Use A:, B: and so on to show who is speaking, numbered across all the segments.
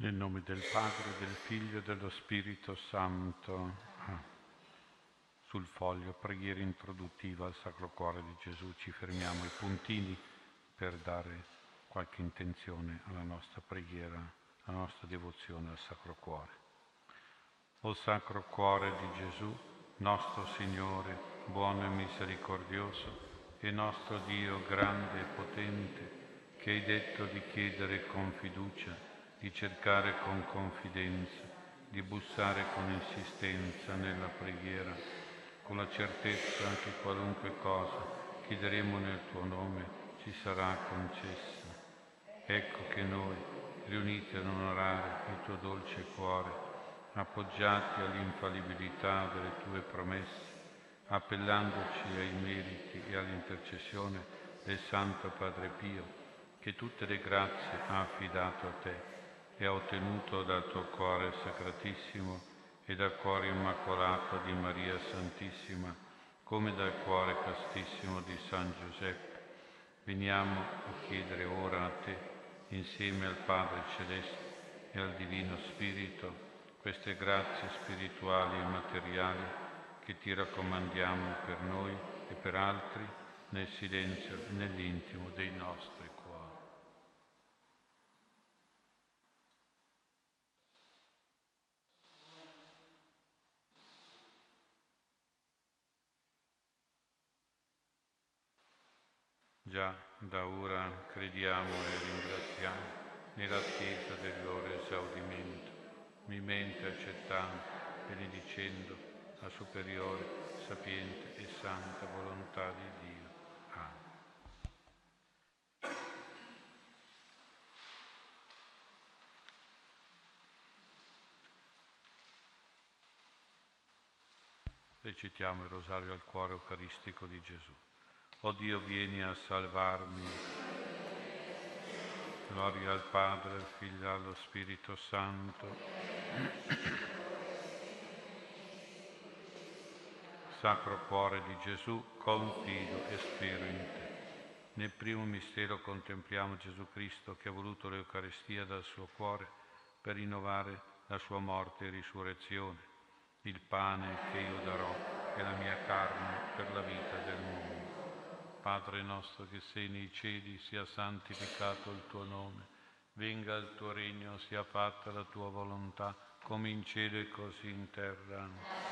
A: Nel nome del Padre, del Figlio e dello Spirito Santo. Sul foglio preghiera introduttiva al Sacro Cuore di Gesù ci fermiamo ai puntini per dare qualche intenzione alla nostra preghiera, alla nostra devozione al Sacro Cuore. O Sacro Cuore di Gesù, nostro Signore, buono e misericordioso, e nostro Dio grande e potente, che hai detto di chiedere con fiducia, di cercare con confidenza, di bussare con insistenza nella preghiera, con la certezza che qualunque cosa chiederemo nel tuo nome ci sarà concessa. Ecco che noi, riuniti ad onorare il tuo dolce cuore, appoggiati all'infallibilità delle tue promesse, appellandoci ai meriti e all'intercessione del Santo Padre Pio, che tutte le grazie ha affidato a te e ha ottenuto dal tuo cuore sacratissimo e dal cuore immacolato di Maria Santissima, come dal cuore castissimo di San Giuseppe, veniamo a chiedere ora a te, insieme al Padre Celeste e al Divino Spirito, queste grazie spirituali e materiali che ti raccomandiamo per noi e per altri nel silenzio e nell'intimo dei nostri cuori. Già da ora crediamo e ringraziamo nell'attesa del loro esaudimento, mimmente accettando, benedicendo la superiore, sapiente e santa volontà di Dio. Amen. Recitiamo il rosario al cuore eucaristico di Gesù. O Dio, vieni a salvarmi. Gloria al Padre, al Figlio e allo Spirito Santo. Sacro Cuore di Gesù, confido e spero in te. Nel primo mistero contempliamo Gesù Cristo che ha voluto l'Eucaristia dal suo cuore per rinnovare la sua morte e risurrezione. Il pane che io darò è la mia carne per la vita del mondo. Padre nostro che sei nei cieli, sia santificato il tuo nome. Venga il tuo regno, sia fatta la tua volontà, come in cielo e così in terra.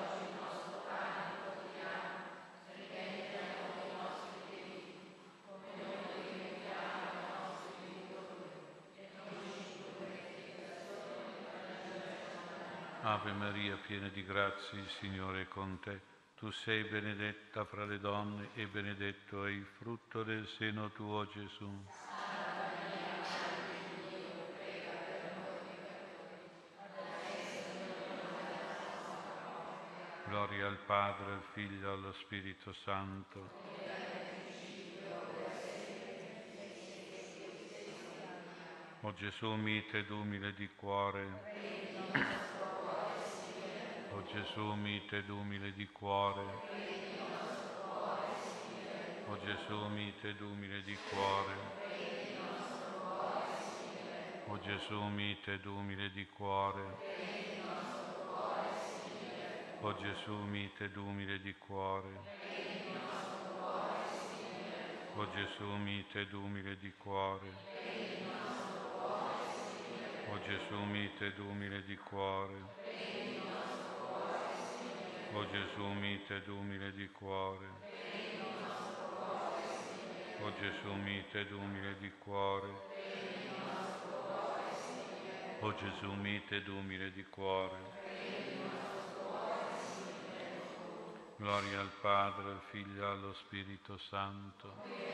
A: Ave Maria, piena di grazia, il Signore è con te. Tu sei benedetta fra le donne e benedetto è il frutto del seno tuo, Gesù. Gloria al Padre, al Figlio e allo Spirito Santo. O Gesù mite ed umile di cuore. O Gesù mite ed umile di cuore. O Gesù mite ed umile di cuore. O Gesù mite ed umile di cuore. O Gesù mite ed umile di cuore. O Gesù mite ed umile di cuore. O Gesù mite ed umile di cuore. O Gesù mite ed umile di cuore. O Gesù mite ed umile di cuore. O Gesù mite ed umile di cuore. Gloria al Padre, al Figlio e allo Spirito Santo.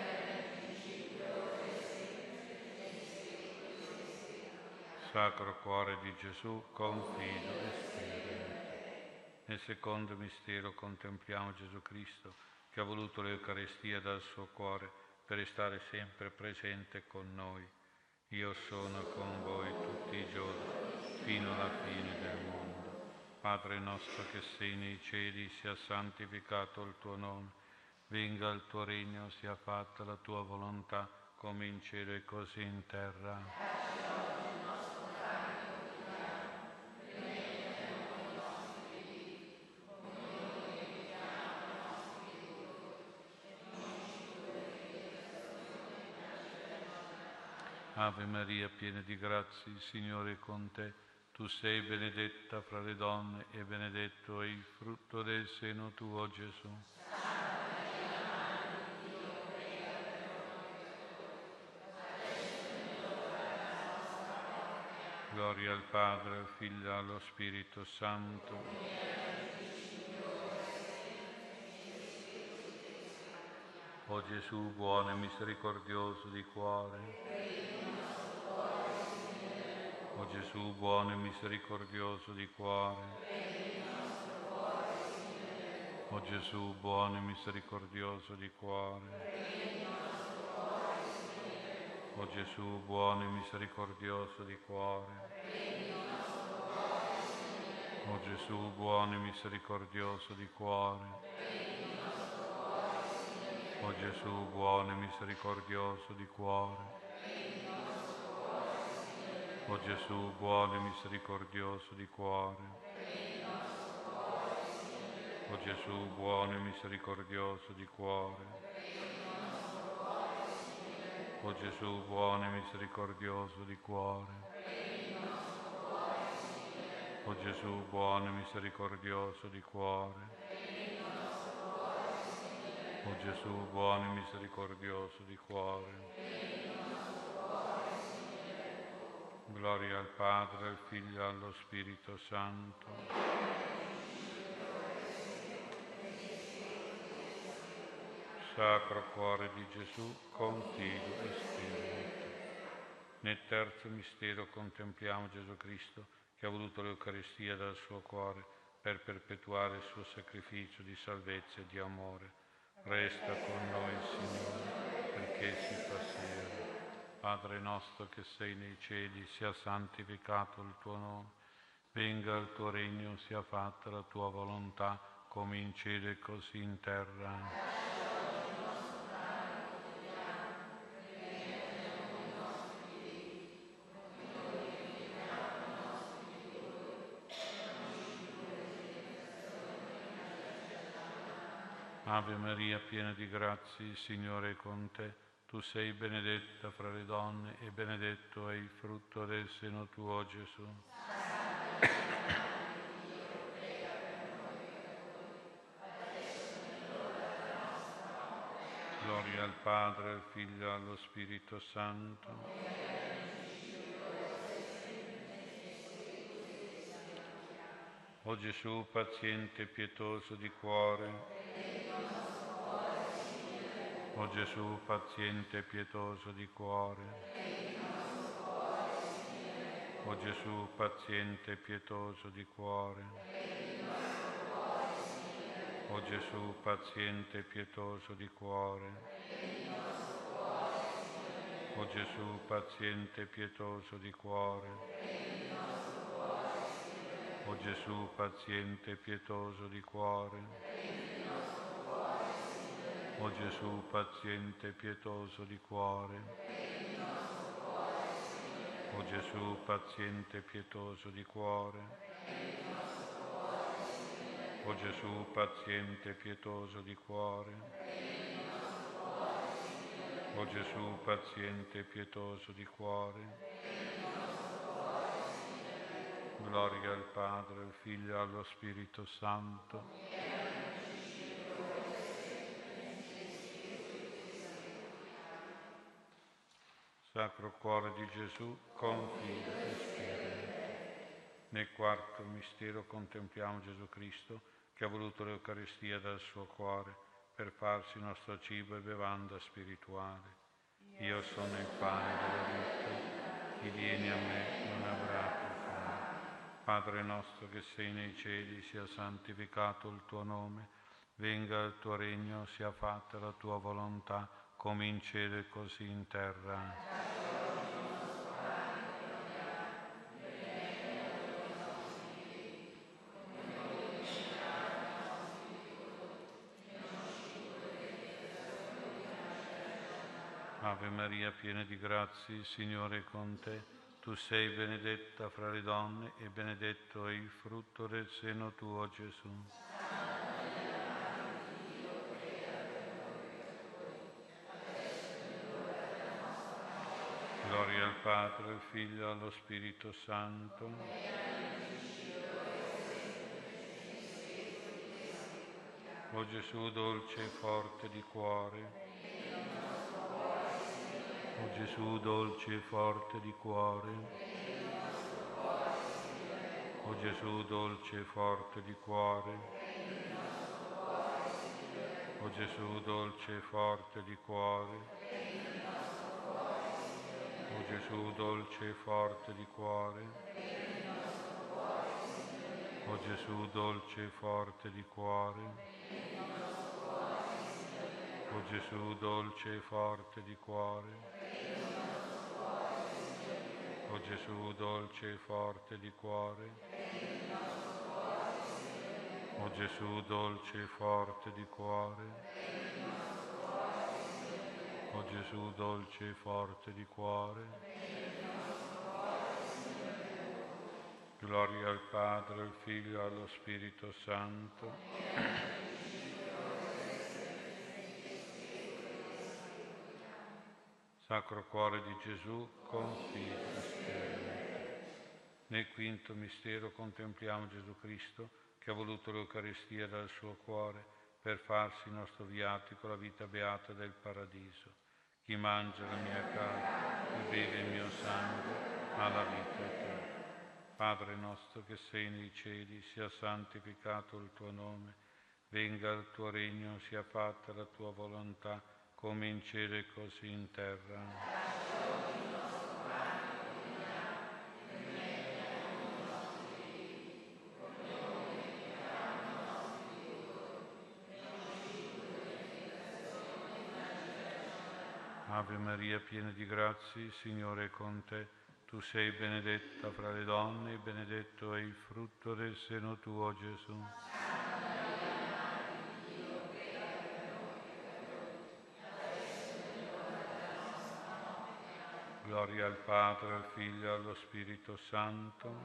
A: Sacro Cuore di Gesù, confido e spero in te. Nel secondo mistero contempliamo Gesù Cristo che ha voluto l'Eucaristia dal suo cuore per restare sempre presente con noi. Io sono con voi tutti i giorni, fino alla fine del mondo. Padre nostro che sei nei cieli, sia santificato il tuo nome. Venga il tuo regno, sia fatta la tua volontà, come in cielo e così in terra. Ave Maria, piena di grazia, il Signore è con te. Tu sei benedetta fra le donne e benedetto è il frutto del seno tuo, Gesù. Gloria al Padre, al Figlio e allo Spirito Santo. O Gesù buono e misericordioso di cuore. O Gesù buono e misericordioso di cuore. O Gesù buono e misericordioso di cuore. O Gesù buono e misericordioso di cuore. O Gesù buono e misericordioso di cuore. O Gesù buono e misericordioso di cuore. O Gesù buono e misericordioso di cuore. O Gesù buono e misericordioso di cuore. O Gesù buono e misericordioso di cuore. O Gesù buono e misericordioso di cuore. O Gesù buono e misericordioso di cuore. Gloria al Padre, al Figlio e allo Spirito Santo. Sacro Cuore di Gesù, confido e spirito. Nel terzo mistero contempliamo Gesù Cristo che ha voluto l'Eucaristia dal suo cuore per perpetuare il suo sacrificio di salvezza e di amore. Resta con noi, Signore, perché si fa sera. Padre nostro che sei nei cieli, sia santificato il tuo nome. Venga il tuo regno, sia fatta la tua volontà, come in cielo e così in terra. Ave Maria, piena di grazia, il Signore è con te. Tu sei benedetta fra le donne e benedetto è il frutto del seno tuo, Gesù. Gloria al Padre, al Figlio e allo Spirito Santo. O Gesù, paziente e pietoso di cuore. O Gesù, paziente e pietoso di cuore. O Gesù, paziente e pietoso di cuore. O Gesù, paziente e pietoso di cuore. O Gesù, paziente e pietoso di cuore. O Gesù, paziente e pietoso di cuore. O Gesù, paziente e pietoso di cuore. O Gesù, paziente e pietoso di cuore. O Gesù, paziente e pietoso di cuore. O Gesù, paziente e pietoso di cuore. Gloria al Padre, al Figlio e allo Spirito Santo. Sacro Cuore di Gesù, confido e spirito. Nel quarto mistero contempliamo Gesù Cristo che ha voluto l'Eucaristia dal suo cuore per farsi nostro cibo e bevanda spirituale. Io sono il pane della vita, chi viene a me non avrà più fame. Padre nostro che sei nei cieli, sia santificato il tuo nome, venga il tuo regno, sia fatta la tua volontà, come in cielo e così in terra. Ave Maria, piena di grazia, il Signore è con te. Tu sei benedetta fra le donne e benedetto è il frutto del seno tuo, Gesù. Gloria al Padre, al Figlio e allo Spirito Santo. O Gesù dolce e forte di cuore. O Gesù dolce e forte di cuore. O Gesù dolce e forte di cuore. O Gesù dolce e forte di cuore. O Gesù dolce e forte di cuore. O Gesù dolce e forte di cuore. O Gesù dolce e forte di cuore. O Gesù dolce e forte di cuore. O Gesù dolce e forte di cuore. O Gesù dolce e forte di cuore. Gloria al Padre, al Figlio e allo Spirito Santo. Sacro Cuore di Gesù, confida e spera. Nel quinto mistero contempliamo Gesù Cristo che ha voluto l'Eucaristia dal suo cuore per farsi nostro viatico la vita beata del paradiso. Chi mangia la mia carne e beve il mio sangue ha la vita eterna. Padre nostro che sei nei cieli, sia santificato il tuo nome, venga il tuo regno, sia fatta la tua volontà, come in cielo e così in terra. Ave Maria, piena di grazia, il Signore è con te. Tu sei benedetta fra le donne e benedetto è il frutto del seno tuo, Gesù. Gloria al Padre, al Figlio e allo Spirito Santo.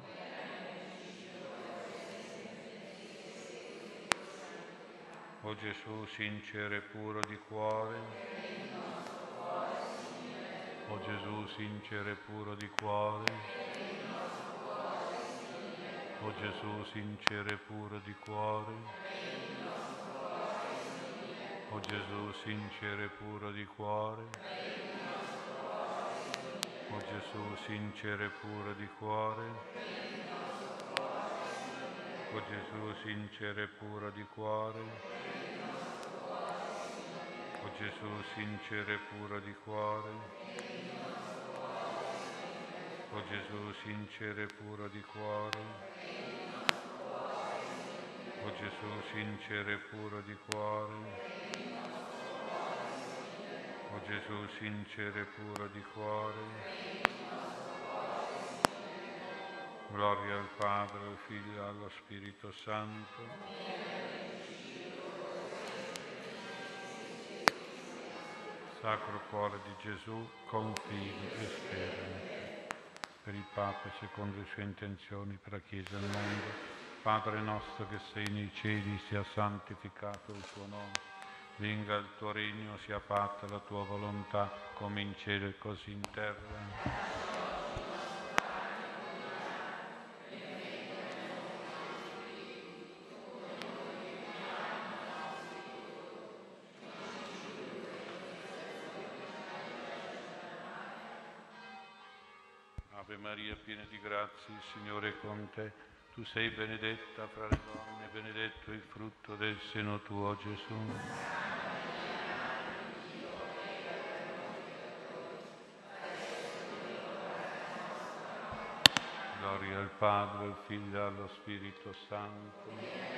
A: O Gesù, sincero e puro di cuore. O Gesù, sincero e puro di cuore. O Gesù, sincero e puro di cuore. O Gesù, sincero e puro di cuore. O Gesù, sincero e puro di cuore. O Gesù, sincero e puro di cuore. O Gesù, sincero e puro di cuore. O Gesù, sincero e puro di cuore. O Gesù, sincero e puro di cuore. O Gesù, sincero e puro di cuore. Gloria al Padre, al Figlio e allo Spirito Santo. Sacro Cuore di Gesù, confido e spero per il Papa secondo le sue intenzioni, per la Chiesa e il mondo. Padre nostro che sei nei cieli, sia santificato il tuo nome. Venga il tuo regno, sia fatta la tua volontà, come in cielo e così in terra. Ave Maria, piena di grazia, il Signore è con te. Tu sei benedetta fra le donne, benedetto il frutto del seno tuo, Gesù. Gloria al Padre, al Figlio e allo Spirito Santo.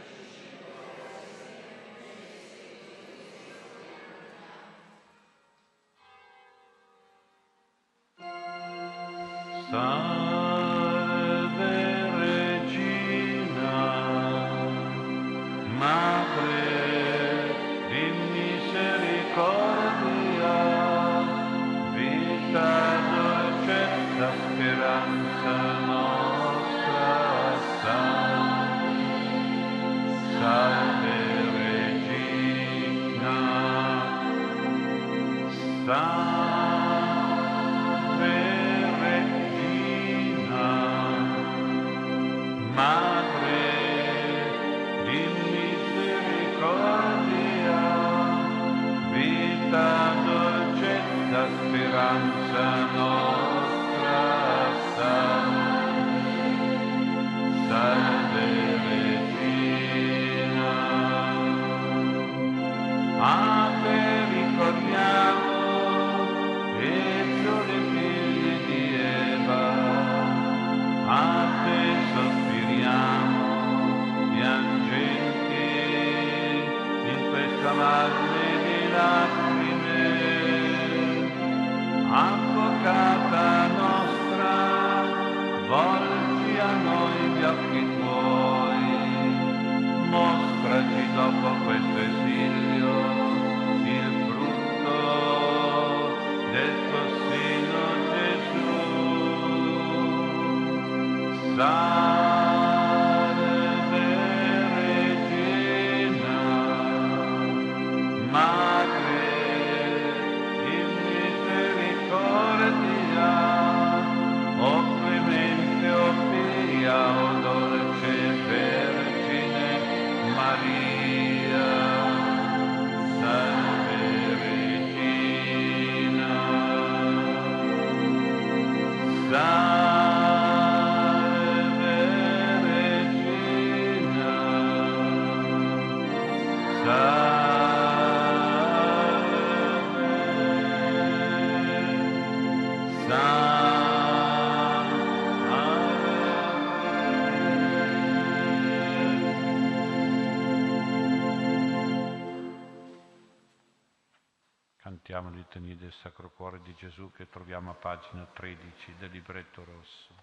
A: Salve Regina, Madre di misericordia, vita, dolcezza, speranza nostra, salve Regina, salve Cantiamo le litanie del Sacro Cuore di Gesù che troviamo a pagina 13 del libretto rosso.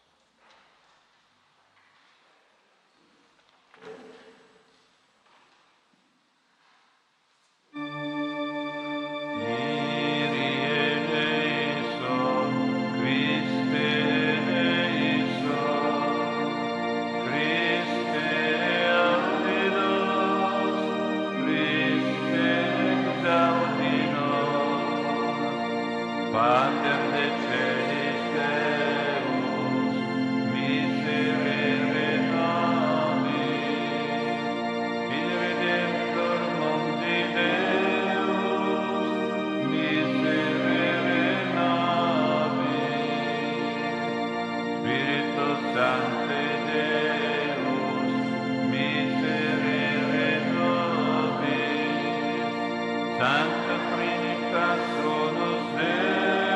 B: Pater de celis Deus, miserere nobis, Fili Redemptor mundi Deus, miserere nobis, Spiritus Sancte Deus, miserere nobis, Sancta Trinitas Unus Deus,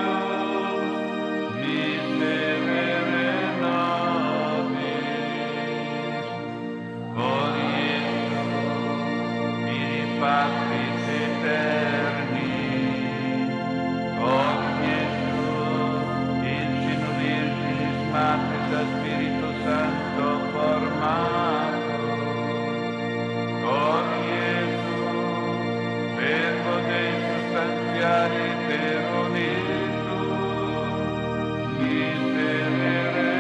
B: Patris eterni, con Gesù, in seno Virginis Matris a Spirito Santo formato, con Gesù, Verbo Dei sostanziali per unitum, miserere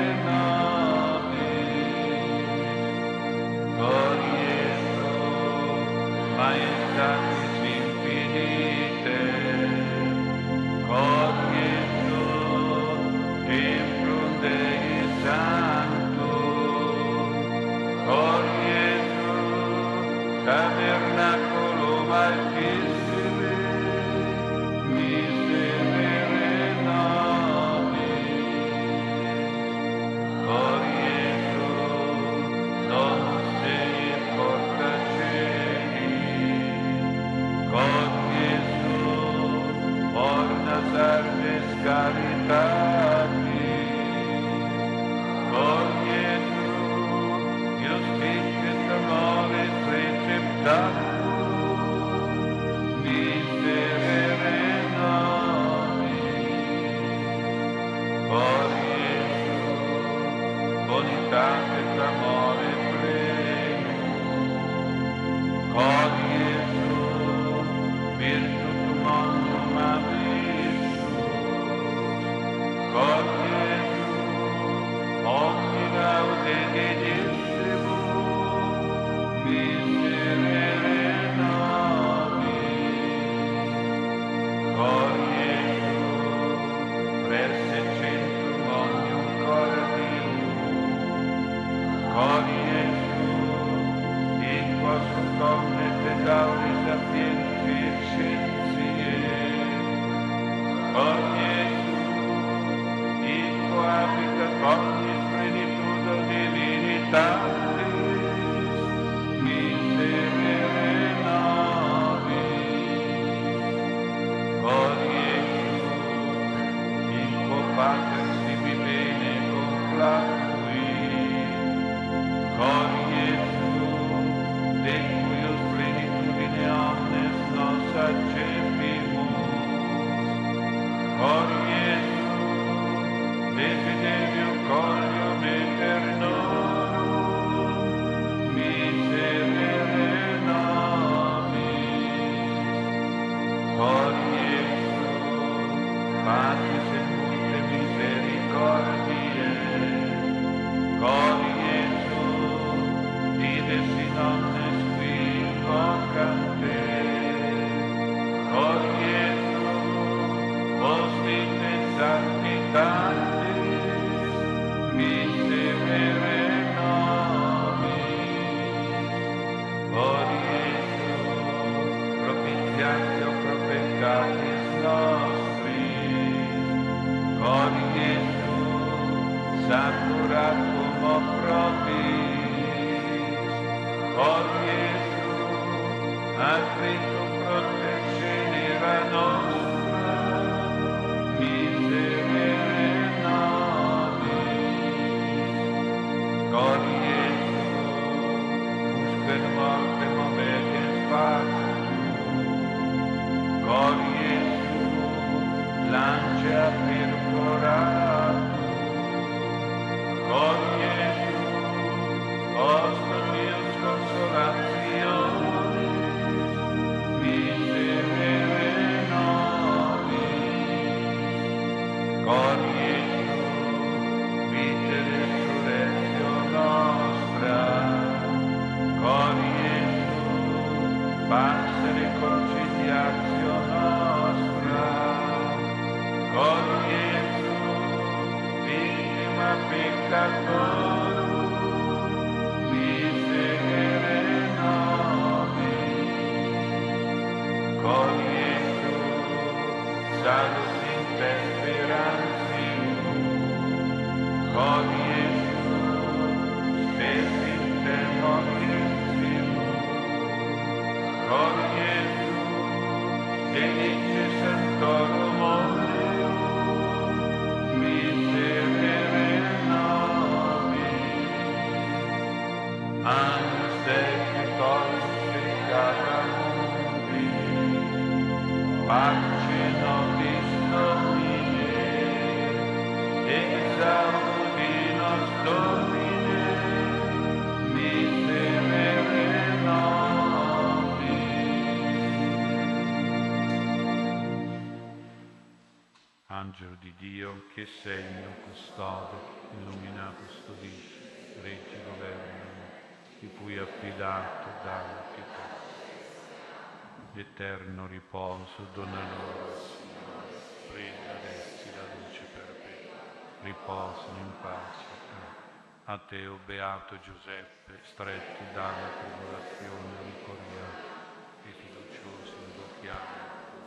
B: nobis, con Gesù, Maestatis infinite, con Gesù, Temprum Dei Sanctum, con Gesù, Tabernaculum Altissimi, miserere nobis, con Gesù, Domus Dei porta cieli, con Gesù, orna sardes caritatis, con Gesù, justitias amoris receptatus, miserere nobis, con Gesù, bonitatis amore plenum, con Gesù, virtutum omnium avissus, con Gesù, omni laude dedissimum, miserere nobis, con Gesù, presse centrum omnium cordium, con Gesù, in quas omnes tesauri sapientiae scientiae, con Gesù, in qua habitat omnis plenitudo divinitatis, miserere nobis, con Gesù, in quo Pater sibi bene complacui, con Gesù, de cuius plenitudine omnes nos accepimus, con Gesù, desiderio conium eternorum, miserere nobis, con Gesù, Patris et multe misericordiae, con sanctis, miserere nobis, orieto, propitiatio pro peccatis nostris, orieto, saturatum oprobis, orieto, acritum protegenera nostra, miserere nobis, orieto, usque in morte movetis factum, orieto, lancia perforatum, orieto, ostum mius consolationis, miserere nobis, orieto, vita resurrectio nostra, orieto, pax reconciliatio nostra, orieto, victima peccatorum, miserere nobis, orieto, salus in perseverantium, orieto, spes in te mortissimus, orieto, delice sanctorum omnium, miserere nobis, annus deficitorum peccata mundi, pace nobis Domine, exaudi nos Domine, miserere nobis.
A: Angelo di Dio, che sei il mio custode, illumina, custodisci, reggi, governami, di cui affidato dalla pietà. L'eterno riposo dona loro, Signore, prenda ad essi la luce perpetua, riposano in pace. A te, o beato Giuseppe, stretti dalla tribolazione, ricorriamo e fiduciosi invochiamo.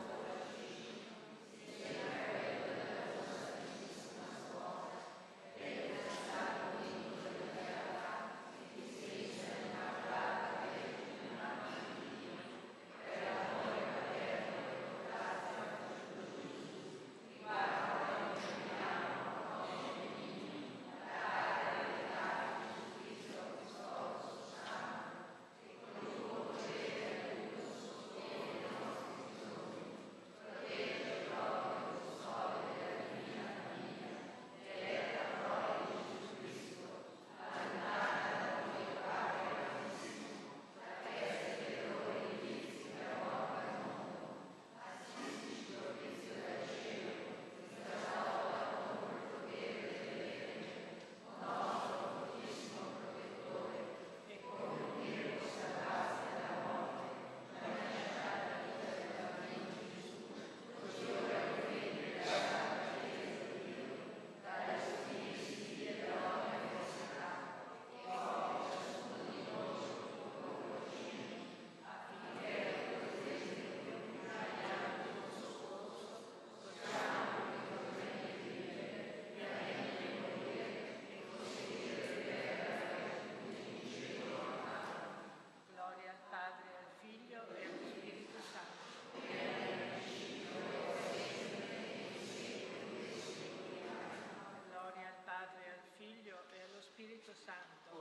C: Spirito Santo.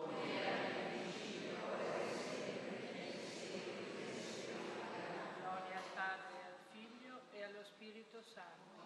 C: Gloria al Padre, al Figlio e allo Spirito Santo.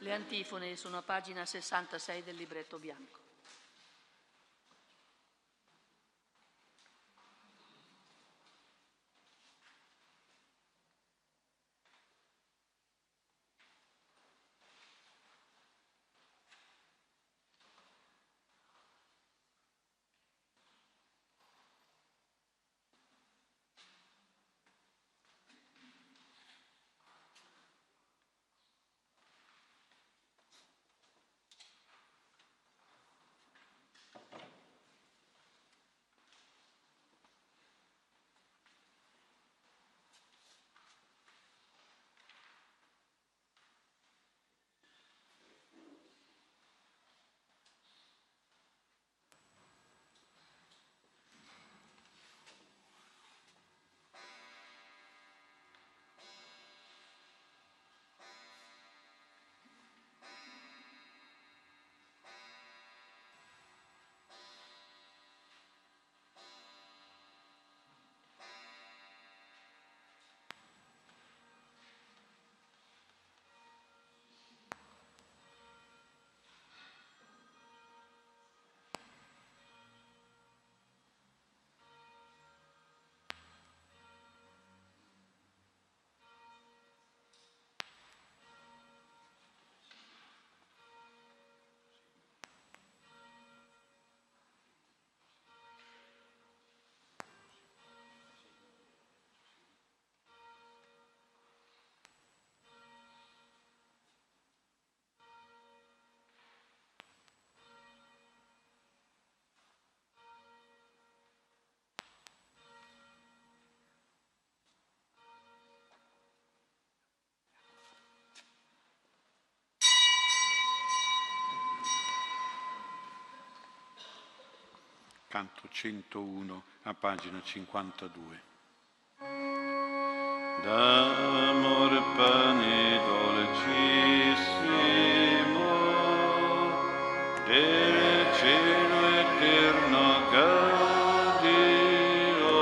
D: Le antifone sono a pagina 66 del libretto bianco.
A: Canto 101 a pagina 52.
B: D'amor pane dolcissimo, del cielo eterno gaudio,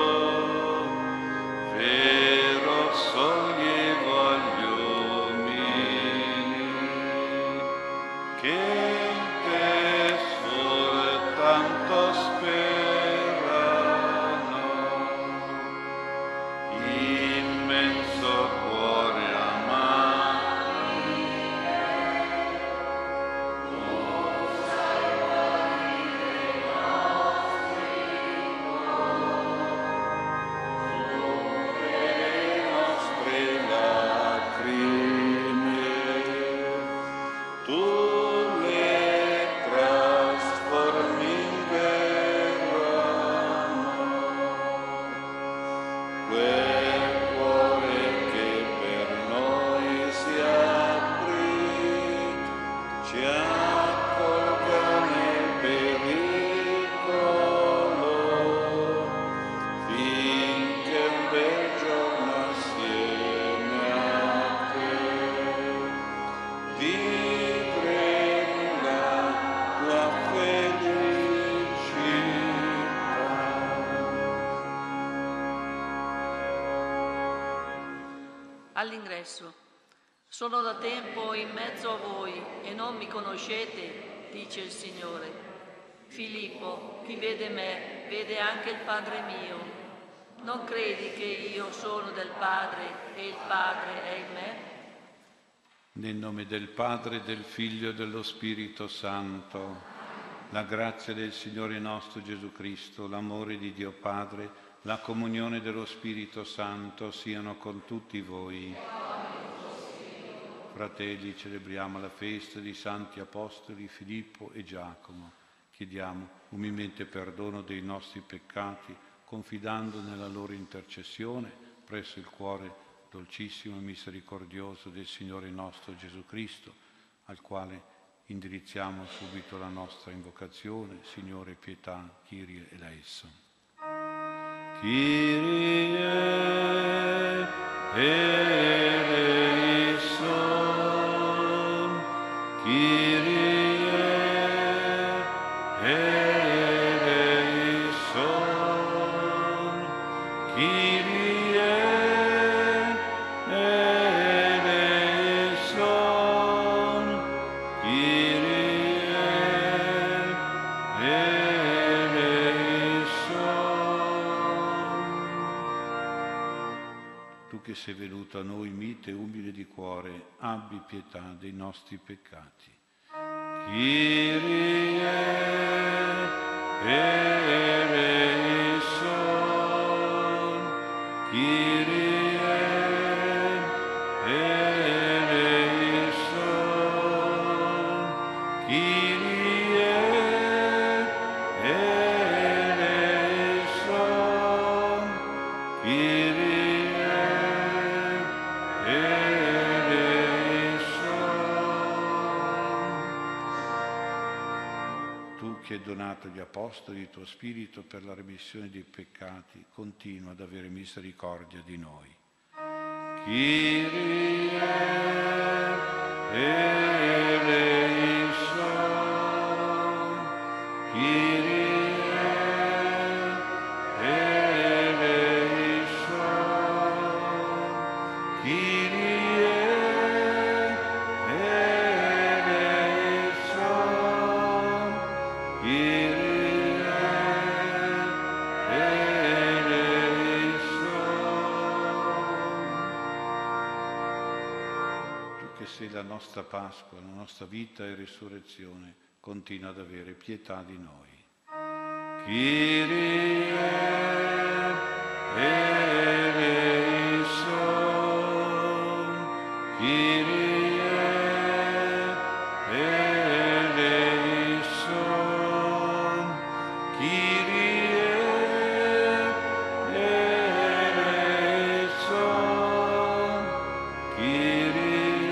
B: vero sollievo agli uomini, che in te soltanto sperano, immenso cuore amato, le nostre lacrime, tu le trasformi in vero amor. Quel cuore che per noi si aprì, ci accolga nel pericolo, finché un bel giorno assieme a te vivremo la tua felicità.
D: All'ingresso. Sono da tempo in mezzo a voi e non mi conoscete, dice il Signore. Filippo, chi vede me, vede anche il Padre mio. Non credi che io sono del Padre e il Padre è in me?
A: Nel nome del Padre, del Figlio e dello Spirito Santo, la grazia del Signore nostro Gesù Cristo, l'amore di Dio Padre, la comunione dello Spirito Santo siano con tutti voi. Fratelli, celebriamo la festa di Santi Apostoli Filippo e Giacomo. Chiediamo umilmente perdono dei nostri peccati, confidando nella loro intercessione presso il cuore dolcissimo e misericordioso del Signore nostro Gesù Cristo, al quale indirizziamo subito la nostra invocazione. Signore, pietà, Kyrie eleison.
B: Kyrie eleison, Kyrie eleison, Kyrie eleison,
A: sei venuto a noi mite e umile di cuore, abbi pietà dei nostri peccati. Kyrie eleison, Kyrie eleison, Kyrie eleison, Kyrie eleison. Tu che hai donato agli Apostoli il tuo Spirito per la remissione dei peccati, continua ad avere misericordia di noi. Kyrie eleison, Kyrie eleison, Kyrie eleison, Kyrie eleison. Tu che sei la nostra Pasqua, la nostra vita e risurrezione, continua ad avere pietà di noi. Kyrie eleison, Kyrie eleison, Kyrie eleison, Kyrie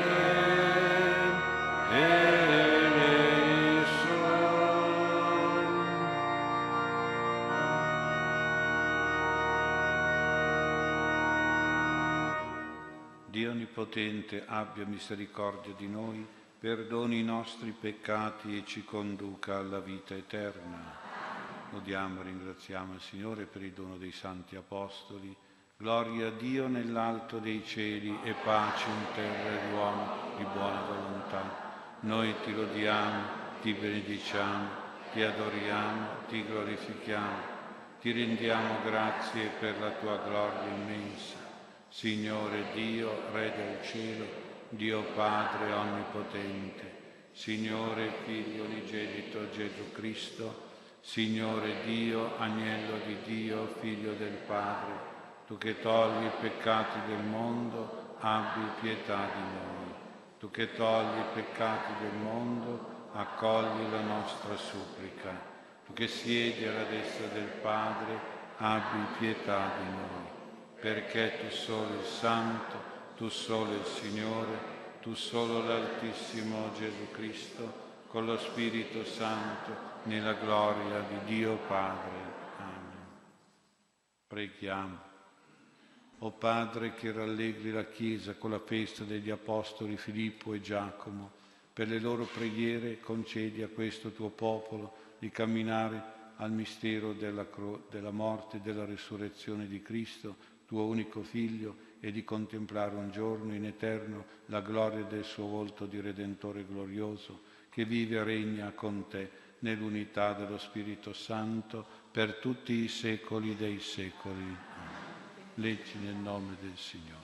A: Dio Onnipotente abbia misericordia di noi, perdoni i nostri peccati e ci conduca alla vita eterna. Lodiamo e ringraziamo il Signore per il dono dei Santi Apostoli. Gloria a Dio nell'alto dei cieli e pace in terra agli uomini di buona volontà. Noi ti lodiamo, ti benediciamo, ti adoriamo, ti glorifichiamo, ti rendiamo grazie per la tua gloria immensa. Signore Dio, Re del cielo, Dio Padre onnipotente, Signore Figlio unigenito Gesù Cristo, Signore Dio, Agnello di Dio, Figlio del Padre, tu che togli i peccati del mondo, abbi pietà di noi. Tu che togli i peccati del mondo, accogli la nostra supplica. Tu che siedi alla destra del Padre, abbi pietà di noi. Perché tu solo il Santo, tu solo il Signore, tu solo l'Altissimo Gesù Cristo, con lo Spirito Santo, nella gloria di Dio Padre. Amen. Preghiamo. O Padre che rallegri la Chiesa con la festa degli Apostoli Filippo e Giacomo, per le loro preghiere concedi a questo tuo popolo di camminare al mistero della morte e della risurrezione di Cristo, tuo unico Figlio, e di contemplare un giorno in eterno la gloria del suo volto di Redentore glorioso, che vive e regna con te nell'unità dello Spirito Santo per tutti i secoli dei secoli. Amen. Leggi nel nome del Signore.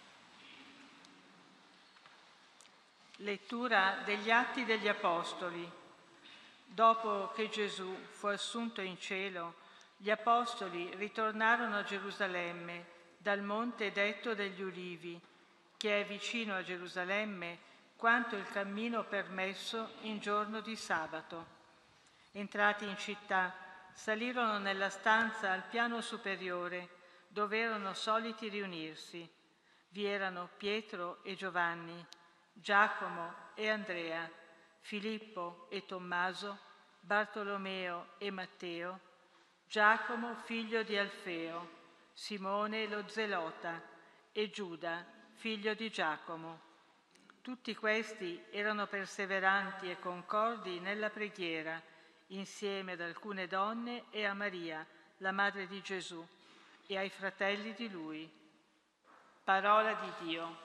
C: Lettura degli Atti degli Apostoli. Dopo che Gesù fu assunto in cielo, gli Apostoli ritornarono a Gerusalemme dal monte detto degli Ulivi, che è vicino a Gerusalemme quanto il cammino permesso in giorno di sabato. Entrati in città, salirono nella stanza al piano superiore, dove erano soliti riunirsi. Vi erano Pietro e Giovanni, Giacomo e Andrea, Filippo e Tommaso, Bartolomeo e Matteo, Giacomo figlio di Alfeo, Simone lo Zelota e Giuda figlio di Giacomo. Tutti questi erano perseveranti e concordi nella preghiera, insieme ad alcune donne e a Maria, la madre di Gesù, e ai fratelli di lui. Parola di Dio.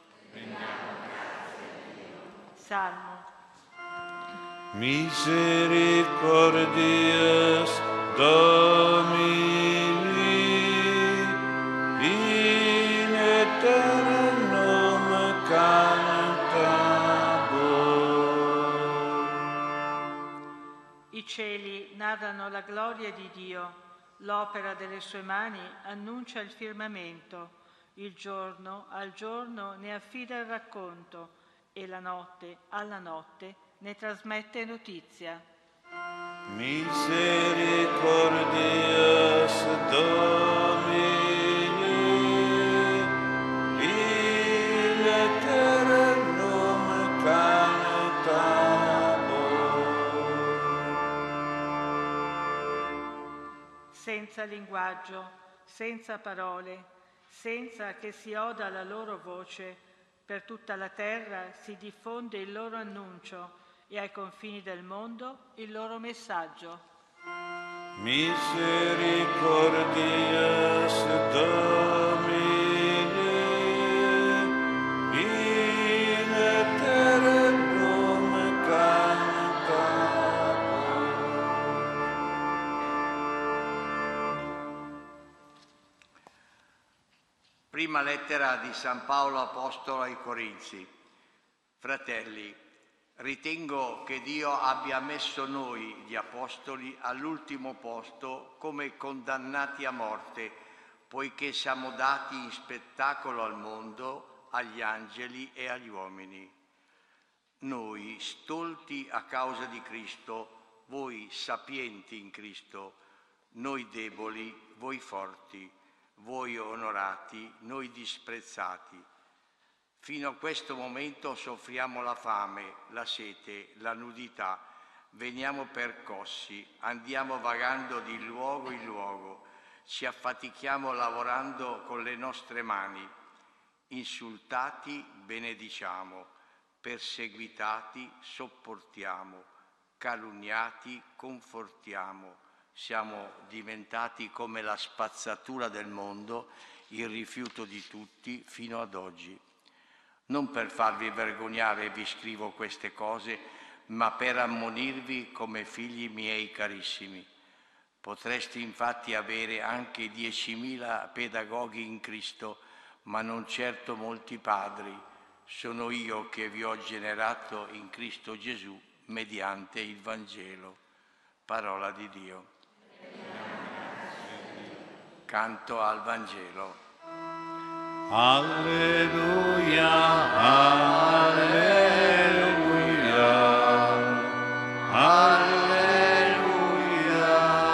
C: Salmo.
B: Misericordias Domini in aeterno
C: I cieli narrano la gloria di Dio, l'opera delle sue mani annuncia il firmamento. Il giorno al giorno ne affida il racconto e la notte alla notte ne trasmette notizia.
B: Misericordias Domini, in eternum cantabor.
C: Senza linguaggio, senza parole, senza che si oda la loro voce, per tutta la terra si diffonde il loro annuncio e ai confini del mondo il loro messaggio.
B: Misericordias Domini, in eternum cantabor.
E: Prima lettera di San Paolo Apostolo ai Corinzi. Fratelli, ritengo che Dio abbia messo noi, gli Apostoli, all'ultimo posto come condannati a morte, poiché siamo dati in spettacolo al mondo, agli angeli e agli uomini. Noi, stolti a causa di Cristo, voi sapienti in Cristo, noi deboli, voi forti, voi onorati, noi disprezzati. Fino a questo momento soffriamo la fame, la sete, la nudità, veniamo percossi, andiamo vagando di luogo in luogo, ci affatichiamo lavorando con le nostre mani, insultati benediciamo, perseguitati sopportiamo, calunniati confortiamo. Siamo diventati come la spazzatura del mondo, il rifiuto di tutti fino ad oggi. Non per farvi vergognare vi scrivo queste cose, ma per ammonirvi come figli miei carissimi. Potresti infatti avere anche 10.000 pedagoghi in Cristo, ma non certo molti padri. Sono io che vi ho generato in Cristo Gesù mediante il Vangelo. Parola di Dio. Canto al Vangelo.
B: Alleluia, alleluia, alleluia.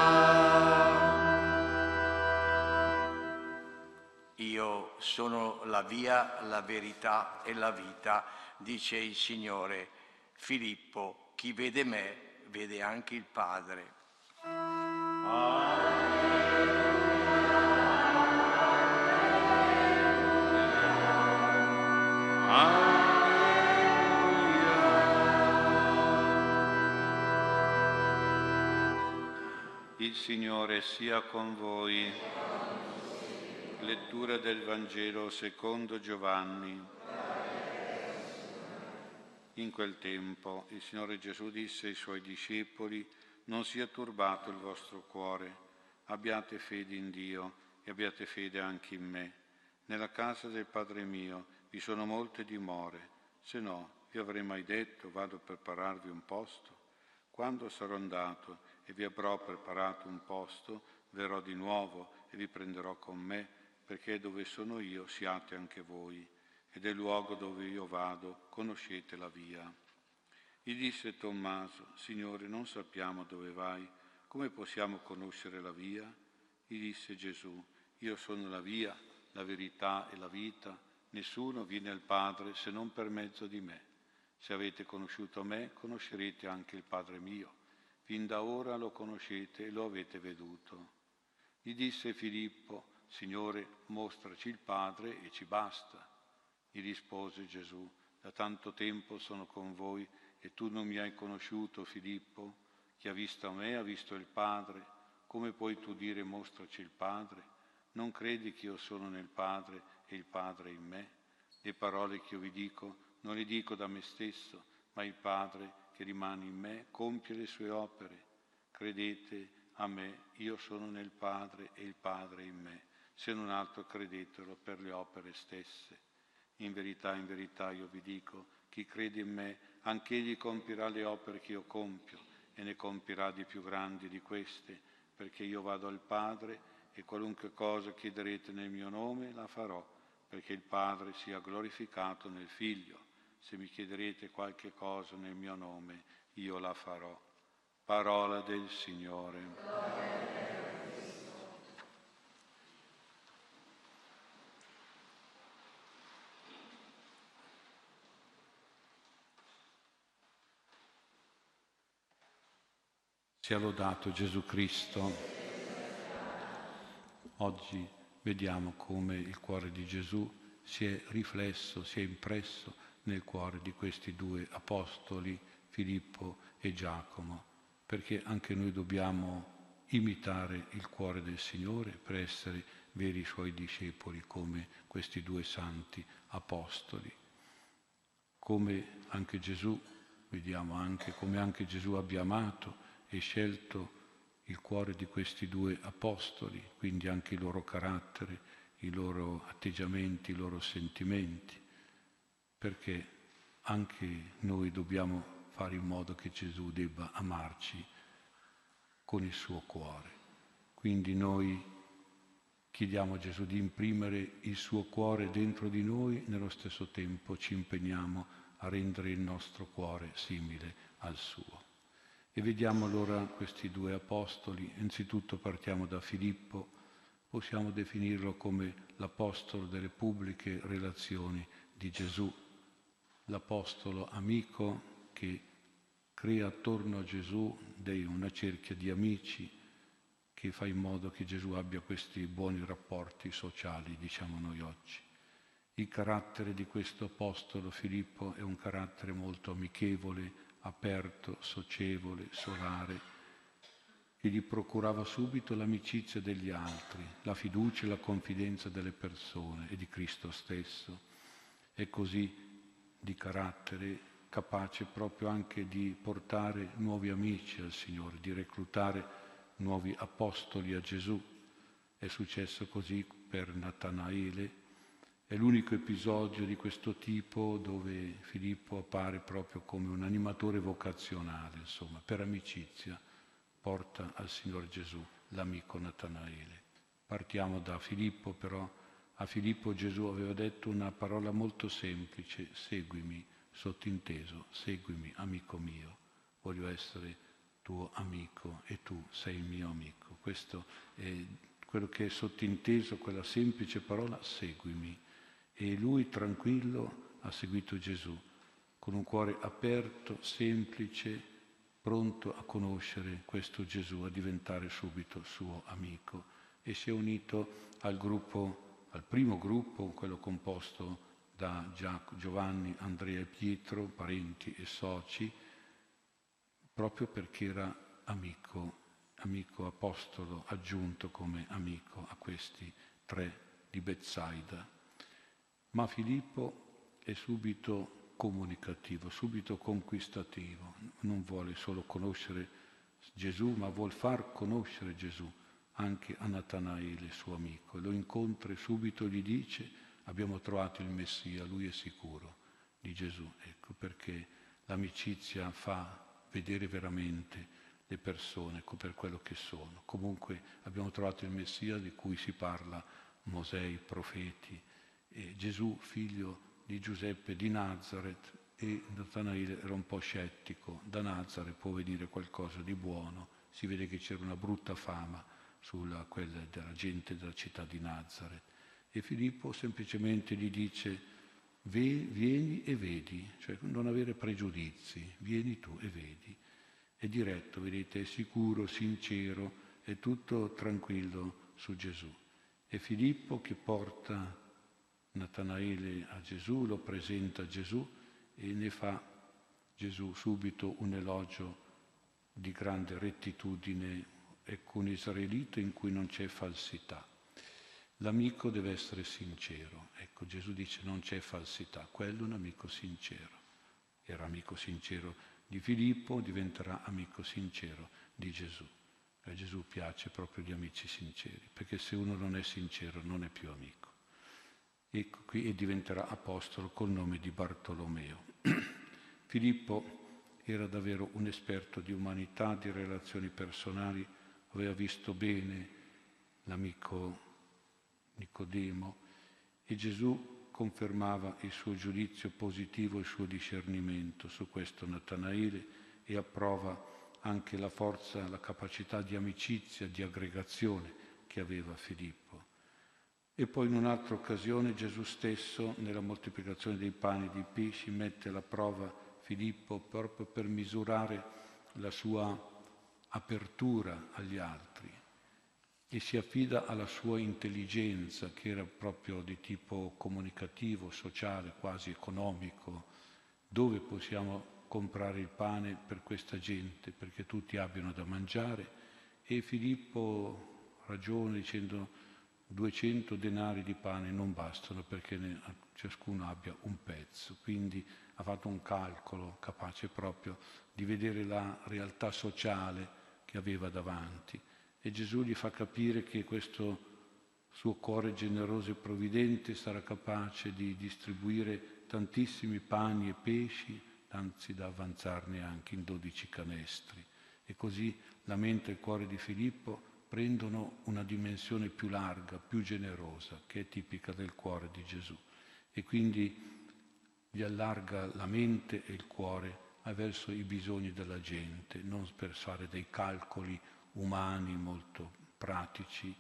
E: Io sono la via, la verità e la vita, dice il Signore. Filippo, chi vede me, vede anche il Padre.
A: Il Signore sia con voi. Lettura del Vangelo secondo Giovanni. In quel tempo il Signore Gesù disse ai Suoi discepoli: non sia turbato il vostro cuore, abbiate fede in Dio e abbiate fede anche in me. Nella casa del Padre mio vi sono molte dimore, se no vi avrei mai detto vado a prepararvi un posto. Quando sarò andato e vi avrò preparato un posto, verrò di nuovo e vi prenderò con me, perché dove sono io siate anche voi, e del luogo dove io vado conoscete la via. Gli disse Tommaso: Signore, non sappiamo dove vai, come possiamo conoscere la via? Gli disse Gesù: io sono la via, la verità e la vita, nessuno viene al Padre se non per mezzo di me. Se avete conosciuto me, conoscerete anche il Padre mio. Fin da ora lo conoscete e lo avete veduto. Gli disse Filippo: Signore, mostraci il Padre e ci basta. Gli rispose Gesù: da tanto tempo sono con voi e tu non mi hai conosciuto, Filippo? Chi ha visto me ha visto il Padre. Come puoi tu dire mostraci il Padre? Non credi che io sono nel Padre e il Padre in me? Le parole che io vi dico non le dico da me stesso, ma il Padre che rimane in me compie le sue opere. Credete a me, io sono nel Padre e il Padre in me. Se non altro credetelo per le opere stesse. In verità io vi dico, chi crede in me, anch'egli compirà le opere che io compio,
F: e ne compirà di più grandi di queste, perché io vado al Padre e qualunque cosa chiederete nel mio nome la farò, perché il Padre sia glorificato nel Figlio. Se mi chiederete qualche cosa nel mio nome, io la farò. Parola del Signore.
A: Sia lodato Gesù Cristo. Oggi vediamo come il cuore di Gesù si è riflesso, si è impresso nel cuore di questi due apostoli, Filippo e Giacomo, perché anche noi dobbiamo imitare il cuore del Signore per essere veri Suoi discepoli come questi due santi apostoli. Come anche Gesù, vediamo anche come anche Gesù abbia amato e scelto il cuore di questi due apostoli, quindi anche il loro carattere, i loro atteggiamenti, i loro sentimenti, perché anche noi dobbiamo fare in modo che Gesù debba amarci con il suo cuore. Quindi noi chiediamo a Gesù di imprimere il suo cuore dentro di noi, nello stesso tempo ci impegniamo a rendere il nostro cuore simile al suo. E vediamo allora questi due apostoli. Innanzitutto partiamo da Filippo, possiamo definirlo come l'apostolo delle pubbliche relazioni di Gesù, l'apostolo amico che crea attorno a Gesù una cerchia di amici che fa in modo che Gesù abbia questi buoni rapporti sociali, diciamo noi oggi. Il carattere di questo apostolo Filippo è un carattere molto amichevole, aperto, socievole, solare, che gli procurava subito l'amicizia degli altri, la fiducia e la confidenza delle persone e di Cristo stesso. È così di carattere, capace proprio anche di portare nuovi amici al Signore, di reclutare nuovi apostoli a Gesù. È successo così per Natanaele. È l'unico episodio di questo tipo dove Filippo appare proprio come un animatore vocazionale, insomma, per amicizia porta al Signore Gesù l'amico Natanaele. Partiamo da Filippo, però a Filippo Gesù aveva detto una parola molto semplice: seguimi, sottinteso, seguimi, amico mio, voglio essere tuo amico e tu sei il mio amico. Questo è quello che è sottinteso, quella semplice parola, seguimi. E lui tranquillo ha seguito Gesù, con un cuore aperto, semplice, pronto a conoscere questo Gesù, a diventare subito suo amico. E si è unito al primo gruppo, quello composto da Giovanni, Andrea e Pietro, parenti e soci, proprio perché era amico apostolo, aggiunto come amico a questi tre di Betsaida. Ma Filippo è subito comunicativo, subito conquistativo, non vuole solo conoscere Gesù, ma vuol far conoscere Gesù anche a Natanaele, suo amico. Lo incontra e subito gli dice: abbiamo trovato il Messia, lui è sicuro di Gesù. Ecco perché l'amicizia fa vedere veramente le persone per quello che sono. Comunque abbiamo trovato il Messia di cui si parla Mosè, i profeti, e Gesù, figlio di Giuseppe di Nazaret. E Natanaele era un po' scettico: da Nazaret può venire qualcosa di buono? Si vede che c'era una brutta fama sulla quella della gente della città di Nazaret. E Filippo semplicemente gli dice: vieni e vedi, cioè non avere pregiudizi, vieni tu e vedi. È diretto, vedete, è sicuro, sincero, è tutto tranquillo su Gesù. E Filippo che porta Natanaele a Gesù, lo presenta a Gesù e ne fa Gesù subito un elogio di grande rettitudine. Ecco un israelita in cui non c'è falsità. L'amico deve essere sincero. Ecco, Gesù dice: non c'è falsità, quello è un amico sincero. Era amico sincero di Filippo, diventerà amico sincero di Gesù. A Gesù piace proprio gli amici sinceri, perché se uno non è sincero non è più amico. Ecco qui, e diventerà apostolo col nome di Bartolomeo. Filippo
F: era davvero un esperto di umanità, di relazioni personali, aveva visto bene l'amico Nicodemo e Gesù confermava il suo giudizio positivo, il suo discernimento su questo Natanaele e approva anche la forza, la capacità di amicizia, di aggregazione che aveva Filippo. E poi in un'altra occasione Gesù stesso, nella moltiplicazione dei pani e dei pesci, mette alla prova Filippo proprio per misurare la sua apertura agli altri e si affida alla sua intelligenza, che era proprio di tipo comunicativo, sociale, quasi economico. Dove possiamo comprare il pane per questa gente, perché tutti abbiano da mangiare? E Filippo ragiona dicendo 200 denari di pane non bastano perché ciascuno abbia un pezzo. Quindi ha fatto un calcolo capace proprio di vedere la realtà sociale che aveva davanti. E Gesù gli fa capire che questo suo cuore generoso e provvidente sarà capace di distribuire tantissimi pani e pesci, anzi da avanzarne anche in 12 canestri. E così la mente e il cuore di Filippo prendono una dimensione più larga, più generosa, che è tipica del cuore di Gesù. E quindi gli allarga la mente e il cuore verso i bisogni della gente, non per fare dei calcoli umani molto pratici,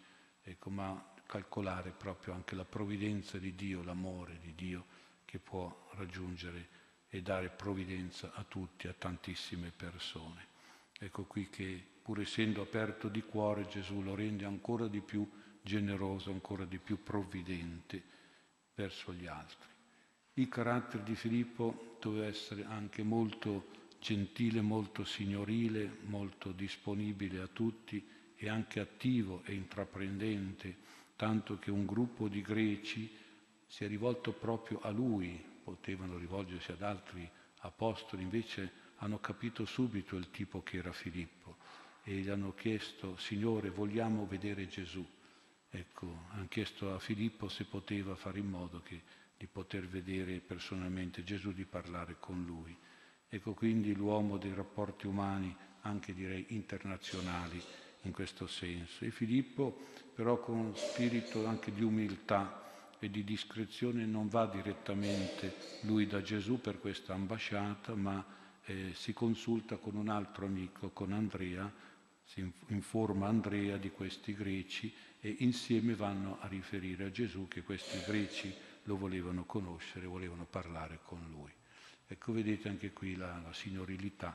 F: ma calcolare proprio anche la provvidenza di Dio, l'amore di Dio che può raggiungere e dare provvidenza a tutti, a tantissime persone. Ecco qui che, pur essendo aperto di cuore, Gesù lo rende ancora di più generoso, ancora di più provvidente verso gli altri. Il carattere di Filippo doveva essere anche molto gentile, molto signorile, molto disponibile a tutti e anche attivo e intraprendente, tanto che un gruppo di greci si è rivolto proprio a lui. Potevano rivolgersi ad altri apostoli, invece hanno capito subito il tipo che era Filippo e gli hanno chiesto: Signore, vogliamo vedere Gesù. Ecco, hanno chiesto a Filippo se poteva fare in modo di poter vedere personalmente Gesù, di parlare con lui. Ecco quindi l'uomo dei rapporti umani, anche direi internazionali in questo senso. E Filippo però con spirito anche di umiltà e di discrezione non va direttamente lui da Gesù per questa ambasciata, ma si consulta con un altro amico, con Andrea, si informa Andrea di questi greci e insieme vanno a riferire a Gesù che questi greci lo volevano conoscere, volevano parlare con lui. Ecco, vedete anche qui la signorilità,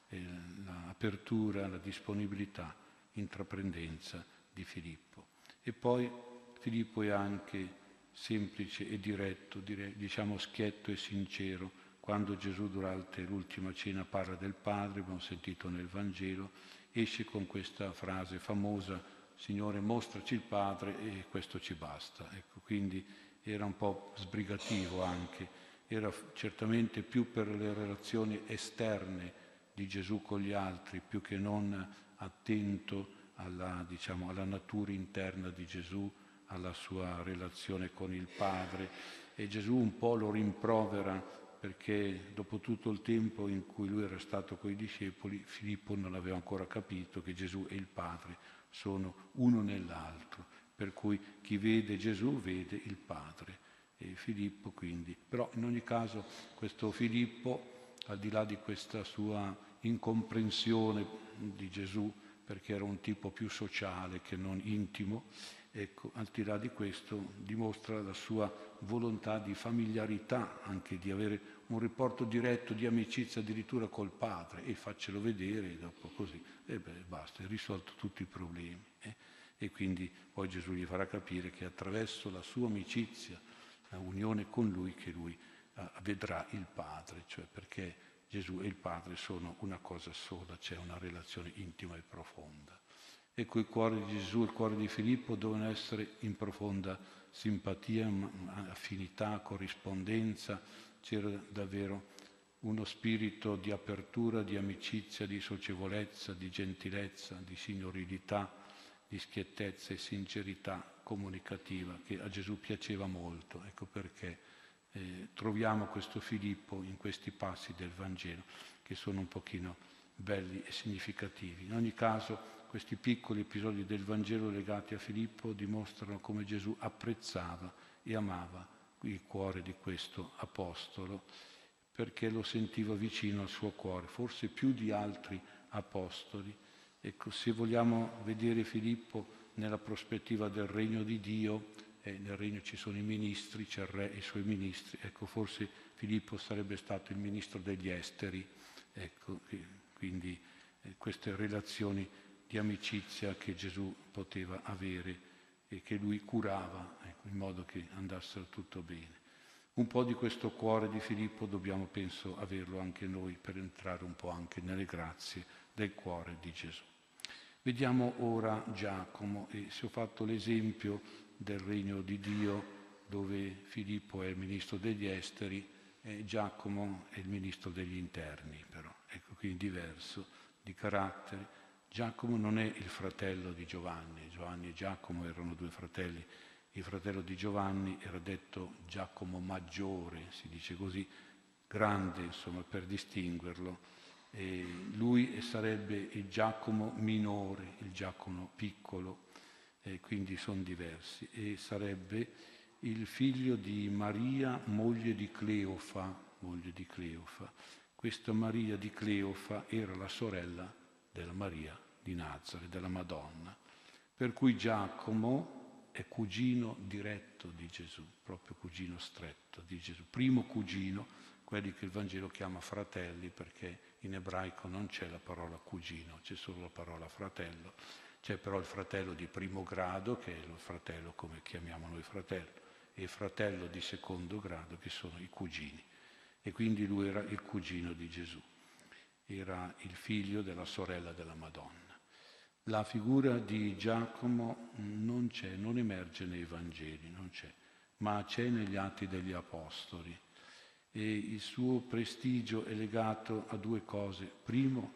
F: l'apertura, la disponibilità, intraprendenza di Filippo. E poi Filippo è anche semplice e diretto, diciamo schietto e sincero. Quando Gesù durante l'ultima cena parla del Padre, abbiamo sentito nel Vangelo, esce con questa frase famosa: Signore, mostraci il Padre e questo ci basta. Ecco, quindi era un po' sbrigativo anche, era certamente più per le relazioni esterne di Gesù con gli altri, più che non attento alla natura interna di Gesù, alla sua relazione con il Padre. E Gesù un po' lo rimprovera perché dopo tutto il tempo in cui lui era stato con i discepoli, Filippo non aveva ancora capito che Gesù e il Padre sono uno nell'altro, per cui chi vede Gesù vede il Padre. E Filippo quindi, però in ogni caso questo Filippo, al di là di questa sua incomprensione di Gesù, perché era un tipo più sociale che non intimo, ecco, al di là di questo dimostra la sua volontà di familiarità, anche di avere un rapporto diretto di amicizia addirittura col Padre, e faccelo vedere e dopo così, basta, è risolto tutti i problemi. E quindi poi Gesù gli farà capire che attraverso la sua amicizia, la unione con lui, che lui vedrà il Padre, cioè perché Gesù e il Padre sono una cosa sola, c'è una relazione intima e profonda. Ecco, il cuore di Gesù e il cuore di Filippo devono essere in profonda simpatia, affinità, corrispondenza. C'era davvero uno spirito di apertura, di amicizia, di socievolezza, di gentilezza, di signorilità, di schiettezza e sincerità comunicativa che a Gesù piaceva molto. Ecco perché troviamo questo Filippo in questi passi del Vangelo. che sono un pochino belli e significativi. In ogni caso, questi piccoli episodi del Vangelo legati a Filippo dimostrano come Gesù apprezzava e amava il cuore di questo apostolo, perché lo sentiva vicino al suo cuore, forse più di altri apostoli. Ecco, se vogliamo vedere Filippo nella prospettiva del regno di Dio, nel regno ci sono i ministri, c'è il re e i suoi ministri, ecco, forse Filippo sarebbe stato il ministro degli esteri, ecco, quindi queste relazioni di amicizia che Gesù poteva avere e che lui curava, ecco, in modo che andassero tutto bene. Un po' di questo cuore di Filippo dobbiamo, penso, averlo anche noi per entrare un po' anche nelle grazie del cuore di Gesù. Vediamo ora Giacomo, e se ho fatto l'esempio del regno di Dio dove Filippo è il ministro degli esteri, Giacomo è il ministro degli interni, però, ecco, quindi diverso di carattere. Giacomo non è il fratello di Giovanni, Giovanni e Giacomo erano due fratelli. Il fratello di Giovanni era detto Giacomo maggiore, si dice così, grande, insomma, per distinguerlo. E lui sarebbe il Giacomo minore, il Giacomo piccolo, quindi sono diversi. E sarebbe il figlio di Maria, moglie di Cleofa. Questa Maria di Cleofa era la sorella della Maria di Nazare, della Madonna. Per cui Giacomo è cugino diretto di Gesù, proprio cugino stretto di Gesù, primo cugino, quelli che il Vangelo chiama fratelli, perché in ebraico non c'è la parola cugino, c'è solo la parola fratello. C'è però il fratello di primo grado, che è il fratello come chiamiamo noi fratello, e il fratello di secondo grado, che sono i cugini. E quindi lui era il cugino di Gesù, era il figlio della sorella della Madonna. La figura di Giacomo non c'è, non emerge nei Vangeli, non c'è, ma c'è negli Atti degli Apostoli. E il suo prestigio è legato a due cose. Primo,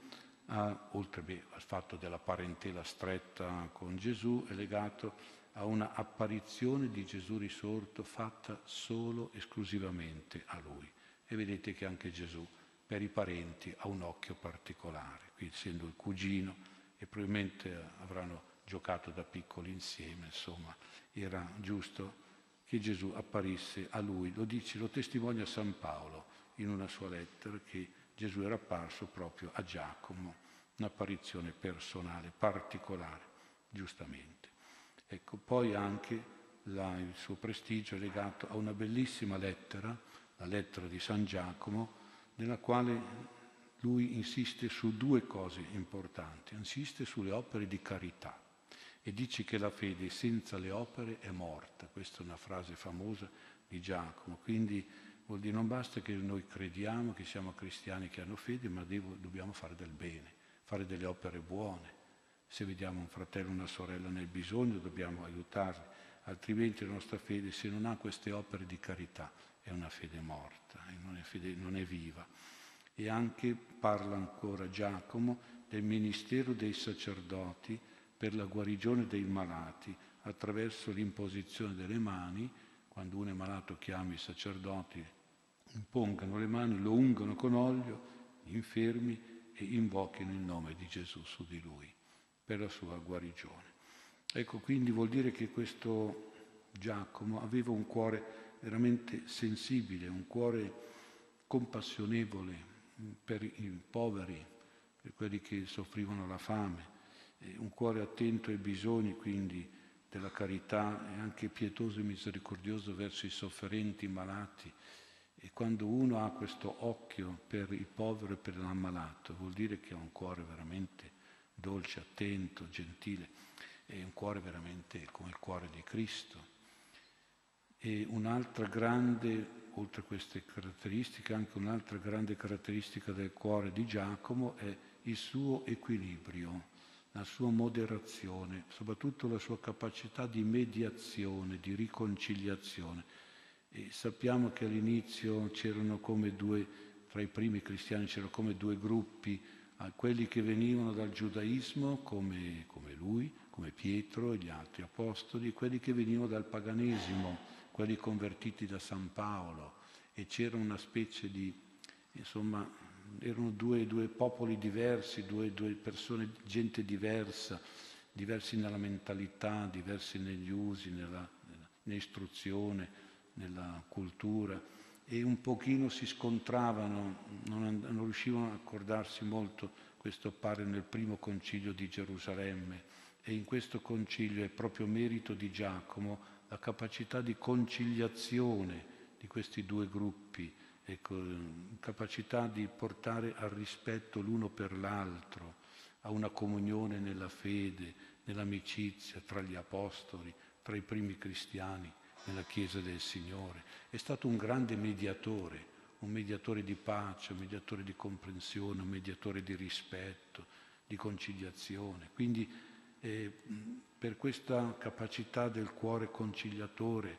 F: oltre al fatto della parentela stretta con Gesù, è legato a una apparizione di Gesù risorto fatta solo, esclusivamente a Lui. E vedete che anche Gesù, per i parenti, ha un occhio particolare, qui essendo il cugino, e probabilmente avranno giocato da piccoli insieme, insomma, era giusto che Gesù apparisse a lui. Lo testimonia San Paolo in una sua lettera, che Gesù era apparso proprio a Giacomo, un'apparizione personale, particolare, giustamente. Ecco, poi anche il suo prestigio è legato a una bellissima lettera, la lettera di San Giacomo, nella quale lui insiste su due cose importanti, insiste sulle opere di carità e dice che la fede senza le opere è morta. Questa è una frase famosa di Giacomo, quindi vuol dire non basta che noi crediamo, che siamo cristiani che hanno fede, ma dobbiamo fare del bene, fare delle opere buone. Se vediamo un fratello o una sorella nel bisogno dobbiamo aiutarli, altrimenti la nostra fede, se non ha queste opere di carità, è una fede morta, non è viva. E anche parla ancora Giacomo del ministero dei sacerdoti per la guarigione dei malati attraverso l'imposizione delle mani. Quando uno è malato chiama i sacerdoti, impongano le mani, lo ungano con olio, gli infermi, e invochino il nome di Gesù su di lui per la sua guarigione. Ecco, quindi vuol dire che questo Giacomo aveva un cuore veramente sensibile, un cuore compassionevole per i poveri, per quelli che soffrivano la fame, un cuore attento ai bisogni quindi della carità e anche pietoso e misericordioso verso i sofferenti, i malati. E quando uno ha questo occhio per il povero e per l'ammalato, vuol dire che ha un cuore veramente dolce, attento, gentile, è un cuore veramente come il cuore di Cristo. E un'altra grande, oltre a queste caratteristiche, anche un'altra grande caratteristica del cuore di Giacomo è il suo equilibrio, la sua moderazione, soprattutto la sua capacità di mediazione, di riconciliazione. E sappiamo che all'inizio c'erano come tra i primi cristiani c'erano come due gruppi, quelli che venivano dal giudaismo come lui, come Pietro e gli altri apostoli, e quelli che venivano dal paganesimo, quelli convertiti da San Paolo, e c'era una specie di erano due popoli diversi, due persone, gente diversa, diversi nella mentalità, diversi negli usi, nell'istruzione, nella cultura, e un pochino si scontravano, non riuscivano a accordarsi molto. Questo appare nel primo concilio di Gerusalemme, e in questo concilio è proprio merito di Giacomo la capacità di conciliazione di questi due gruppi, capacità di portare al rispetto l'uno per l'altro, a una comunione nella fede, nell'amicizia tra gli apostoli, tra i primi cristiani, nella Chiesa del Signore. È stato un grande mediatore, un mediatore di pace, un mediatore di comprensione, un mediatore di rispetto, di conciliazione. Quindi per questa capacità del cuore conciliatore,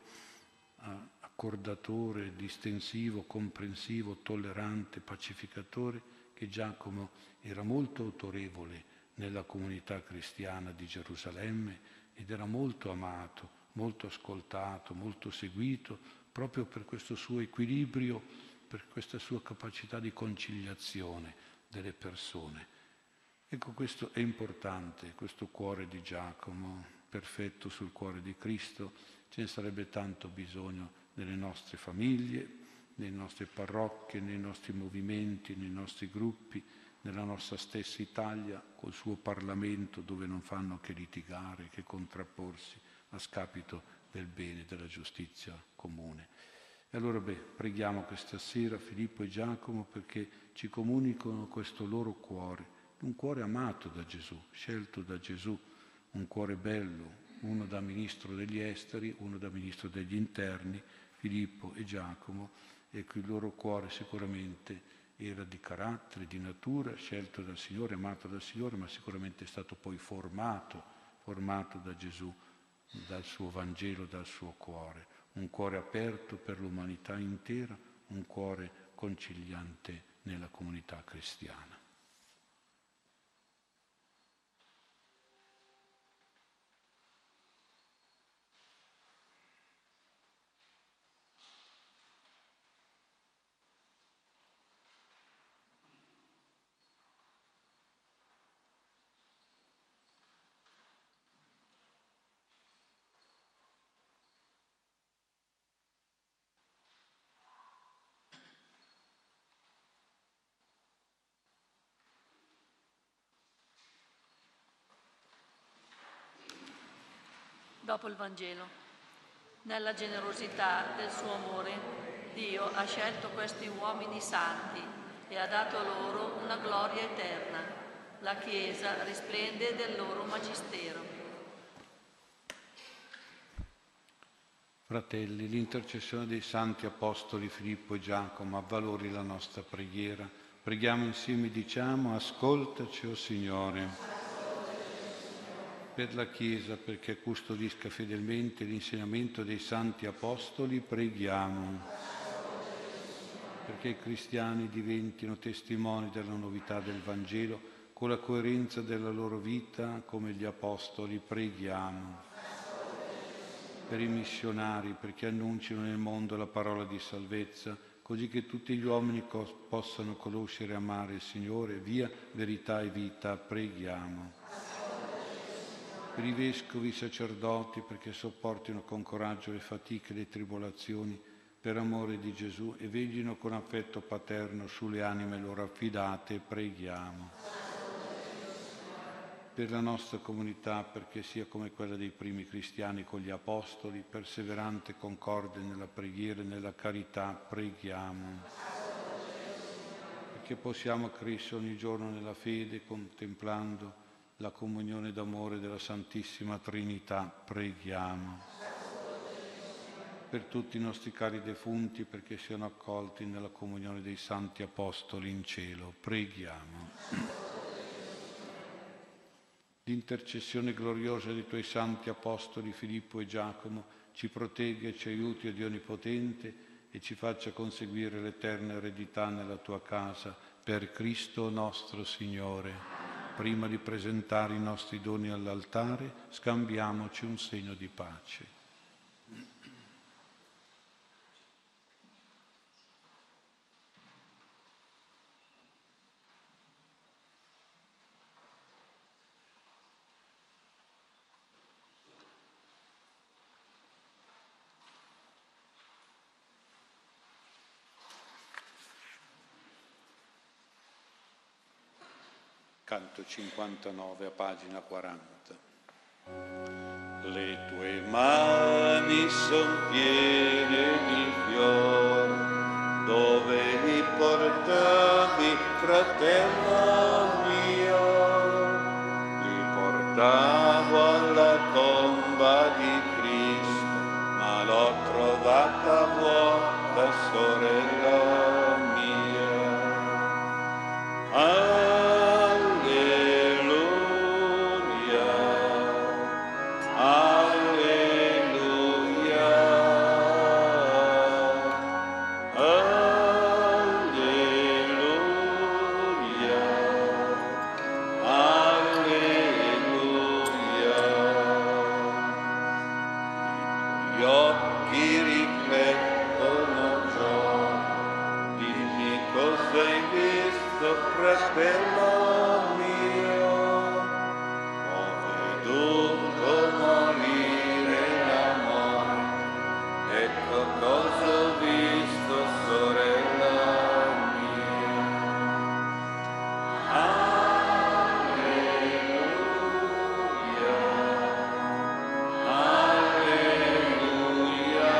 F: accordatore, distensivo, comprensivo, tollerante, pacificatore, che Giacomo era molto autorevole nella comunità cristiana di Gerusalemme ed era molto amato, molto ascoltato, molto seguito, proprio per questo suo equilibrio, per questa sua capacità di conciliazione delle persone. Ecco, questo è importante, questo cuore di Giacomo, perfetto sul cuore di Cristo. Ce ne sarebbe tanto bisogno nelle nostre famiglie, nelle nostre parrocchie, nei nostri movimenti, nei nostri gruppi, nella nostra stessa Italia, col suo Parlamento, dove non fanno che litigare, che contrapporsi a scapito del bene, della giustizia comune. E allora preghiamo questa sera Filippo e Giacomo perché ci comunicano questo loro cuore, un cuore amato da Gesù, scelto da Gesù, un cuore bello, uno da ministro degli esteri, uno da ministro degli interni, Filippo e Giacomo, e che il loro cuore sicuramente era di carattere, di natura, scelto dal Signore, amato dal Signore, ma sicuramente è stato poi formato da Gesù, dal suo Vangelo, dal suo cuore. Un cuore aperto per l'umanità intera, un cuore conciliante nella comunità cristiana.
D: Dopo il Vangelo. Nella generosità del suo amore, Dio ha scelto questi uomini santi e ha dato loro una gloria eterna. La Chiesa risplende del loro magistero.
F: Fratelli, l'intercessione dei santi apostoli Filippo e Giacomo avvalori la nostra preghiera. Preghiamo insieme, diciamo: ascoltaci, o Signore. Per la Chiesa, perché custodisca fedelmente l'insegnamento dei santi apostoli, preghiamo. Perché i cristiani diventino testimoni della novità del Vangelo con la coerenza della loro vita come gli apostoli, preghiamo. Per i missionari, perché annunciano nel mondo la parola di salvezza, così che tutti gli uomini possano conoscere e amare il Signore, via verità e vita, preghiamo. Per i vescovi, i sacerdoti, perché sopportino con coraggio le fatiche e le tribolazioni per amore di Gesù e veglino con affetto paterno sulle anime loro affidate, preghiamo. Per la nostra comunità, perché sia come quella dei primi cristiani con gli apostoli, perseverante e concorde nella preghiera e nella carità, preghiamo. Perché possiamo crescere ogni giorno nella fede, contemplando la comunione d'amore della Santissima Trinità, preghiamo. Per tutti i nostri cari defunti, perché siano accolti nella comunione dei Santi Apostoli in cielo, preghiamo. L'intercessione gloriosa dei Tuoi Santi Apostoli Filippo e Giacomo ci protegga e ci aiuti, o Dio Onnipotente, e ci faccia conseguire l'eterna eredità nella Tua casa, per Cristo nostro Signore. Prima di presentare i nostri doni all'altare, scambiamoci un segno di pace. canto 59 a pagina 40. Le tue mani son piene di fiori, dove li portavi, fratello mio? Li portavo alla tomba di Cristo, ma l'ho trovata vuota, sorella mia. Fratello mio, ho veduto morire la morte, ecco cosa ho visto, sorella mia. Alleluia, alleluia,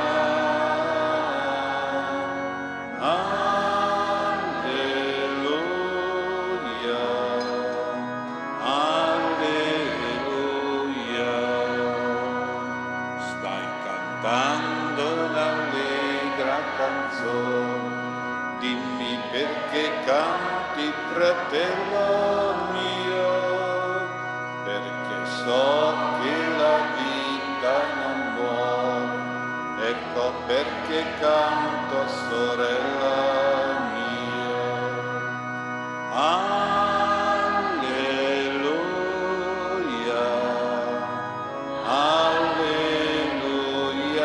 F: dimmi perché canti, fratello mio, perché so che la vita non muore, ecco perché canto, sorella mia. Alleluia, alleluia.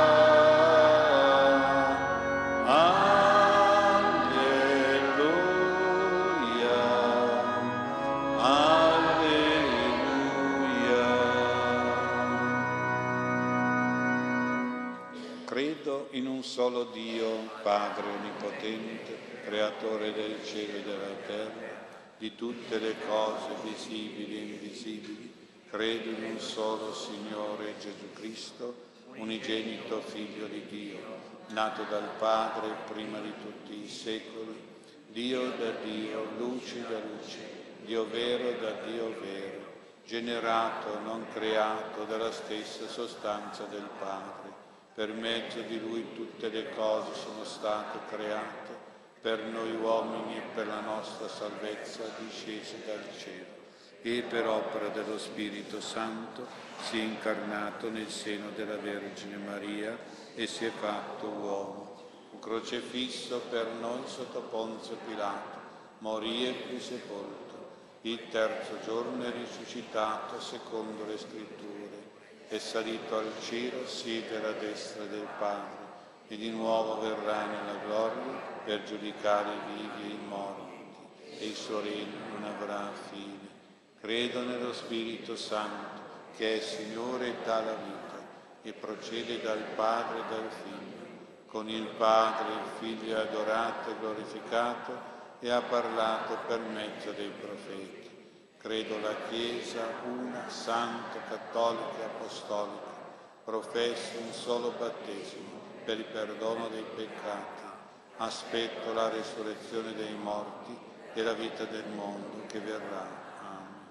F: Credo in un solo Dio, Padre Onnipotente, Creatore del cielo e della terra, di tutte le cose visibili e invisibili. Credo in un solo Signore Gesù Cristo, unigenito Figlio di Dio, nato dal Padre prima di tutti i secoli, Dio da Dio, luce da luce, Dio vero da Dio vero, generato, non creato, dalla stessa sostanza del Padre. Per mezzo di Lui tutte le cose sono state create, per noi uomini e per la nostra salvezza discese dal cielo, e per opera dello Spirito Santo si è incarnato nel seno della Vergine Maria e si è fatto uomo. Crocefisso per noi sotto Ponzio Pilato, morì e fu sepolto. Il terzo giorno è risuscitato secondo le Scritture. È salito al cielo, siede alla destra del Padre, e di nuovo verrà nella gloria per giudicare i vivi e i morti, e il suo regno non avrà fine. Credo nello Spirito Santo, che è Signore e dà la vita, e procede dal Padre e dal Figlio. Con il Padre il Figlio è adorato e glorificato, e ha parlato per mezzo dei profeti. Credo la Chiesa, una, santa, cattolica e apostolica, professo un solo battesimo per il perdono dei peccati. Aspetto la resurrezione dei morti e la vita del mondo che verrà. Amen.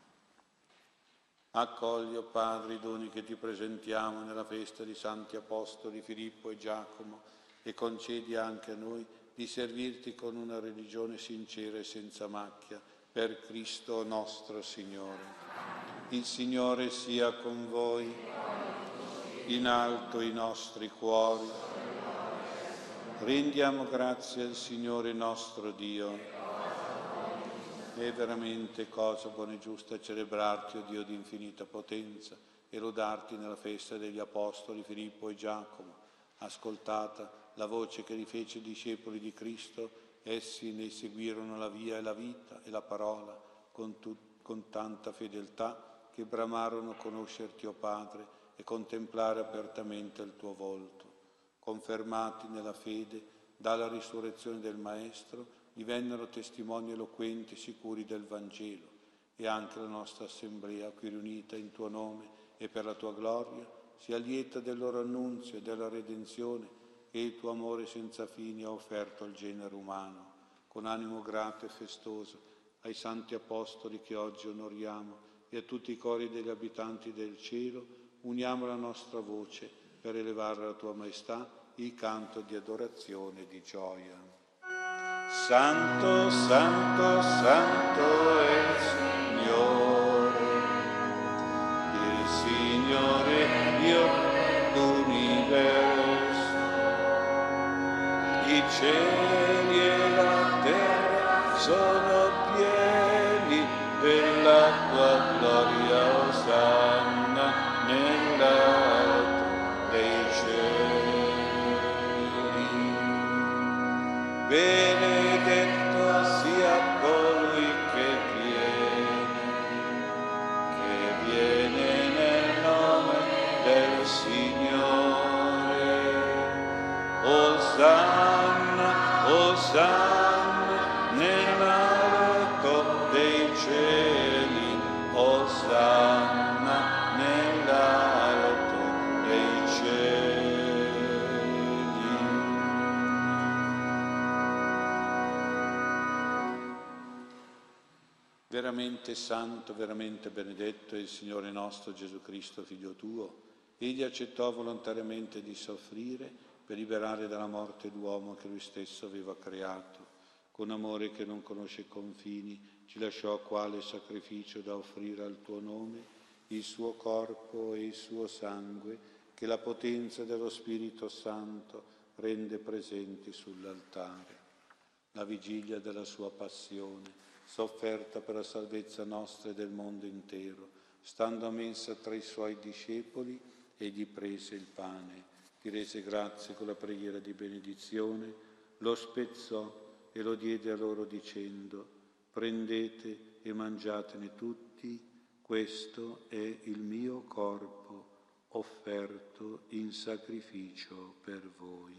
F: Accogli, o Padre, i doni che ti presentiamo nella festa di Santi Apostoli Filippo e Giacomo, e concedi anche a noi di servirti con una religione sincera e senza macchia, per Cristo nostro Signore. Il Signore sia con voi, in alto i nostri cuori. Rendiamo grazie al Signore nostro Dio. È veramente cosa buona e giusta celebrarti, o Dio di infinita potenza, e lodarti nella festa degli Apostoli Filippo e Giacomo. Ascoltata la voce che li fece discepoli di Cristo, essi ne seguirono la via e la vita e la parola con tanta fedeltà che bramarono conoscerti, o Padre, e contemplare apertamente il tuo volto. Confermati nella fede dalla risurrezione del Maestro, divennero testimoni eloquenti e sicuri del Vangelo, e anche la nostra assemblea qui riunita in tuo nome e per la tua gloria sia lieta del loro annunzio e della redenzione che il tuo amore senza fine ha offerto al genere umano. Con animo grato e festoso ai santi apostoli che oggi onoriamo e a tutti i cori degli abitanti del cielo uniamo la nostra voce per elevare alla tua maestà il canto di adorazione e di gioia. Santo, santo, santo è il Signore Dio dell'universo. I cieli e la terra sono pieni della tua gloria, osanna nell'alto dei cieli. Benedetto sia colui che viene nel nome del Signore. Osanna, osanna nell'alto dei cieli, osanna nell'alto dei cieli. Veramente santo, veramente benedetto è il Signore nostro Gesù Cristo, Figlio tuo. Egli accettò volontariamente di soffrire per liberare dalla morte l'uomo che lui stesso aveva creato. Con amore che non conosce confini, ci lasciò quale sacrificio da offrire al tuo nome il suo corpo e il suo sangue, che la potenza dello Spirito Santo rende presenti sull'altare. La vigilia della sua passione, sofferta per la salvezza nostra e del mondo intero, stando a mensa tra i suoi discepoli, egli prese il pane, ti rese grazie con la preghiera di benedizione, lo spezzò e lo diede a loro dicendo: prendete e mangiatene tutti, questo è il mio corpo offerto in sacrificio per voi.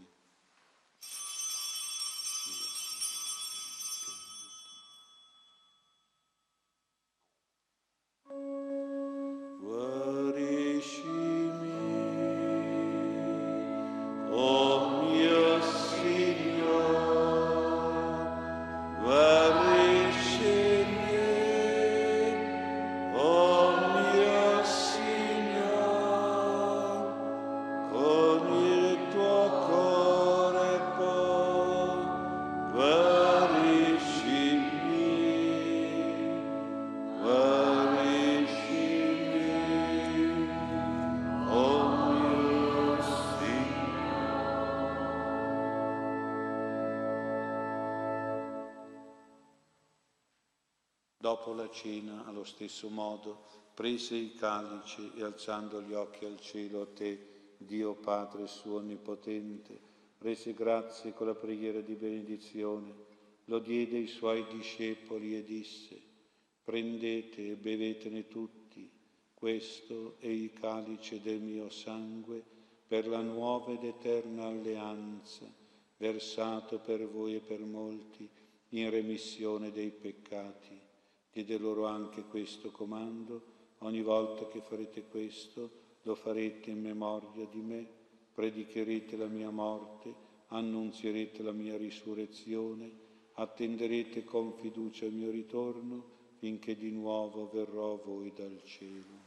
F: Dopo la cena, allo stesso modo, prese il calice e alzando gli occhi al cielo a te, Dio Padre suo onnipotente, rese grazie con la preghiera di benedizione, lo diede ai suoi discepoli e disse: prendete e bevetene tutti, questo è il calice del mio sangue per la nuova ed eterna alleanza, versato per voi e per molti in remissione dei peccati. Diede loro anche questo comando: ogni volta che farete questo, lo farete in memoria di me, predicherete la mia morte, annunzierete la mia risurrezione, attenderete con fiducia il mio ritorno, finché di nuovo verrò a voi dal cielo.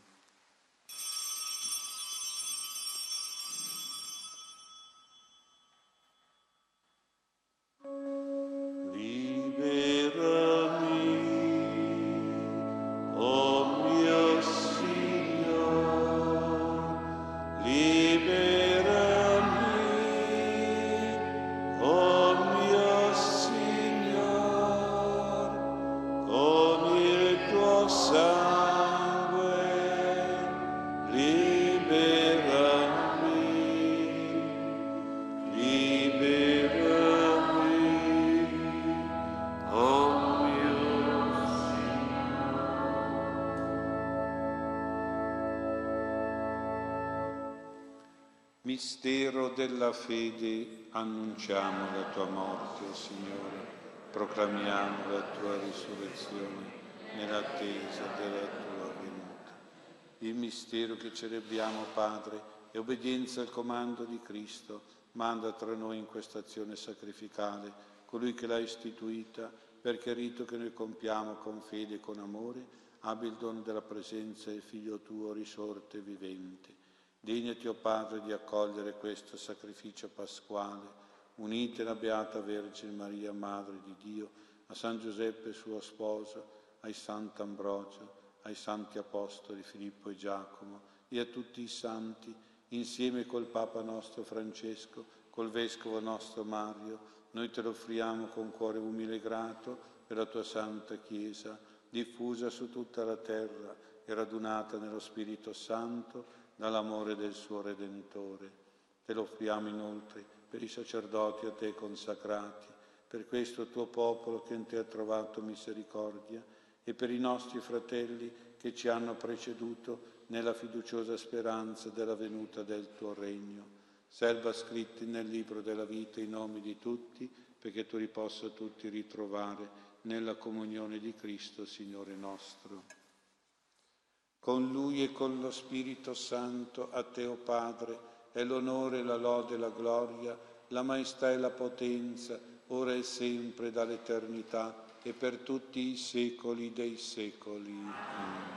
F: Mistero della fede, annunciamo la tua morte, Signore. proclamiamo la tua risurrezione nell'attesa della tua venuta. Il mistero che celebriamo, Padre, è obbedienza al comando di Cristo. Manda tra noi in questa azione sacrificale colui che l'ha istituita, perché il rito che noi compiamo con fede e con amore abbia il dono della presenza del Figlio tuo risorto e vivente. Degnati, o Padre, di accogliere questo sacrificio pasquale, unite la Beata Vergine Maria, Madre di Dio, a San Giuseppe suo sposo, ai Sant'Ambrogio, ai Santi Apostoli Filippo e Giacomo e a tutti i Santi, insieme col Papa nostro Francesco, col Vescovo nostro Mario, noi te lo offriamo con cuore umile e grato per la tua Santa Chiesa, diffusa su tutta la terra e radunata nello Spirito Santo dall'amore del suo Redentore. Te lo offriamo inoltre per i sacerdoti a te consacrati, per questo tuo popolo che in te ha trovato misericordia e per i nostri fratelli che ci hanno preceduto nella fiduciosa speranza della venuta del tuo regno. Serba scritti nel libro della vita i nomi di tutti, perché tu li possa tutti ritrovare nella comunione di Cristo, Signore nostro. Con Lui e con lo Spirito Santo, a te, o Padre, è l'onore, la lode e la gloria, la maestà e la potenza, ora e sempre, dall'eternità e per tutti i secoli dei secoli. Amen.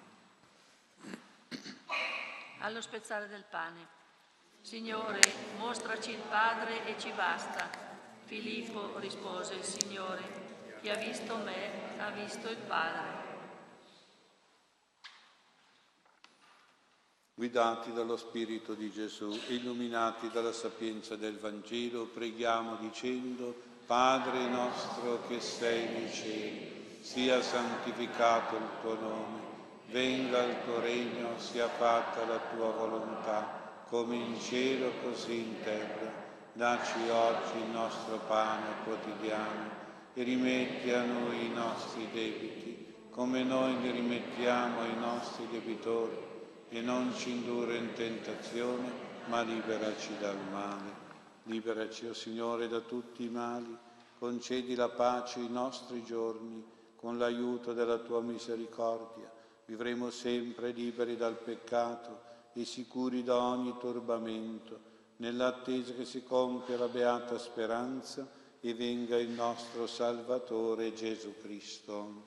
D: Allo spezzare del pane. Signore, mostraci il Padre e ci basta. Filippo rispose il Signore, chi ha visto me ha visto il Padre.
F: Guidati dallo Spirito di Gesù, illuminati dalla sapienza del Vangelo, preghiamo dicendo: Padre nostro che sei nei cieli, sia santificato il tuo nome, venga il tuo regno, sia fatta la tua volontà, come in cielo così in terra. Dacci oggi il nostro pane quotidiano e rimetti a noi i nostri debiti, come noi li rimettiamo ai nostri debitori, e non ci indurre in tentazione, ma liberaci dal male. Liberaci, o Signore, da tutti i mali, concedi la pace ai nostri giorni, con l'aiuto della tua misericordia. Vivremo sempre liberi dal peccato e sicuri da ogni turbamento, nell'attesa che si compia la beata speranza e venga il nostro Salvatore Gesù Cristo.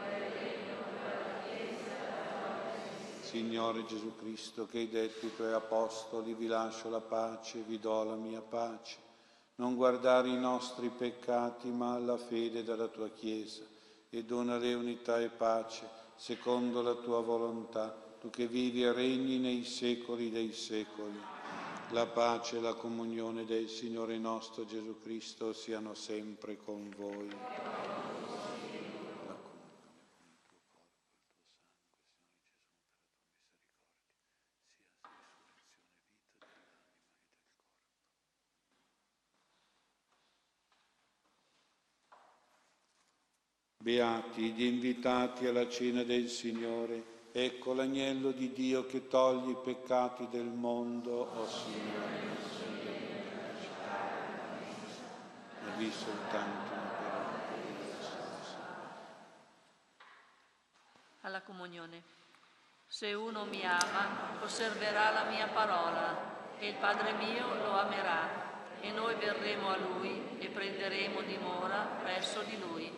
F: Signore Gesù Cristo, che hai detto ai tuoi apostoli: vi lascio la pace, vi do la mia pace. Non guardare i nostri peccati, ma alla fede della tua Chiesa, e donale unità e pace, secondo la tua volontà, tu che vivi e regni nei secoli dei secoli. La pace e la comunione del Signore nostro Gesù Cristo siano sempre con voi. Beati gli invitati alla cena del Signore. Ecco l'agnello di Dio che toglie i peccati del mondo, o Signore. Ne vi soltanto una parola.
D: Alla comunione. Se uno mi ama, osserverà la mia parola, e il Padre mio lo amerà, e noi verremo a Lui e prenderemo dimora presso di Lui.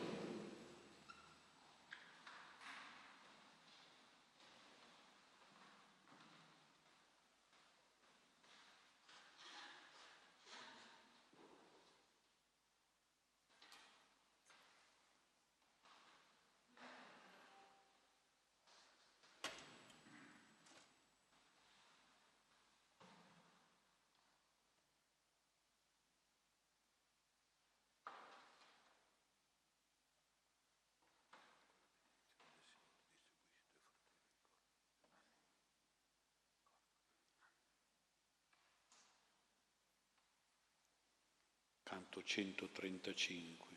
F: Canto 135.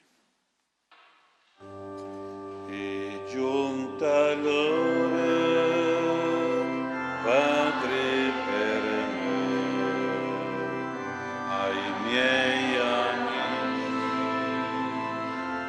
F: È giunta l'ora, Padre, per me, ai miei amici,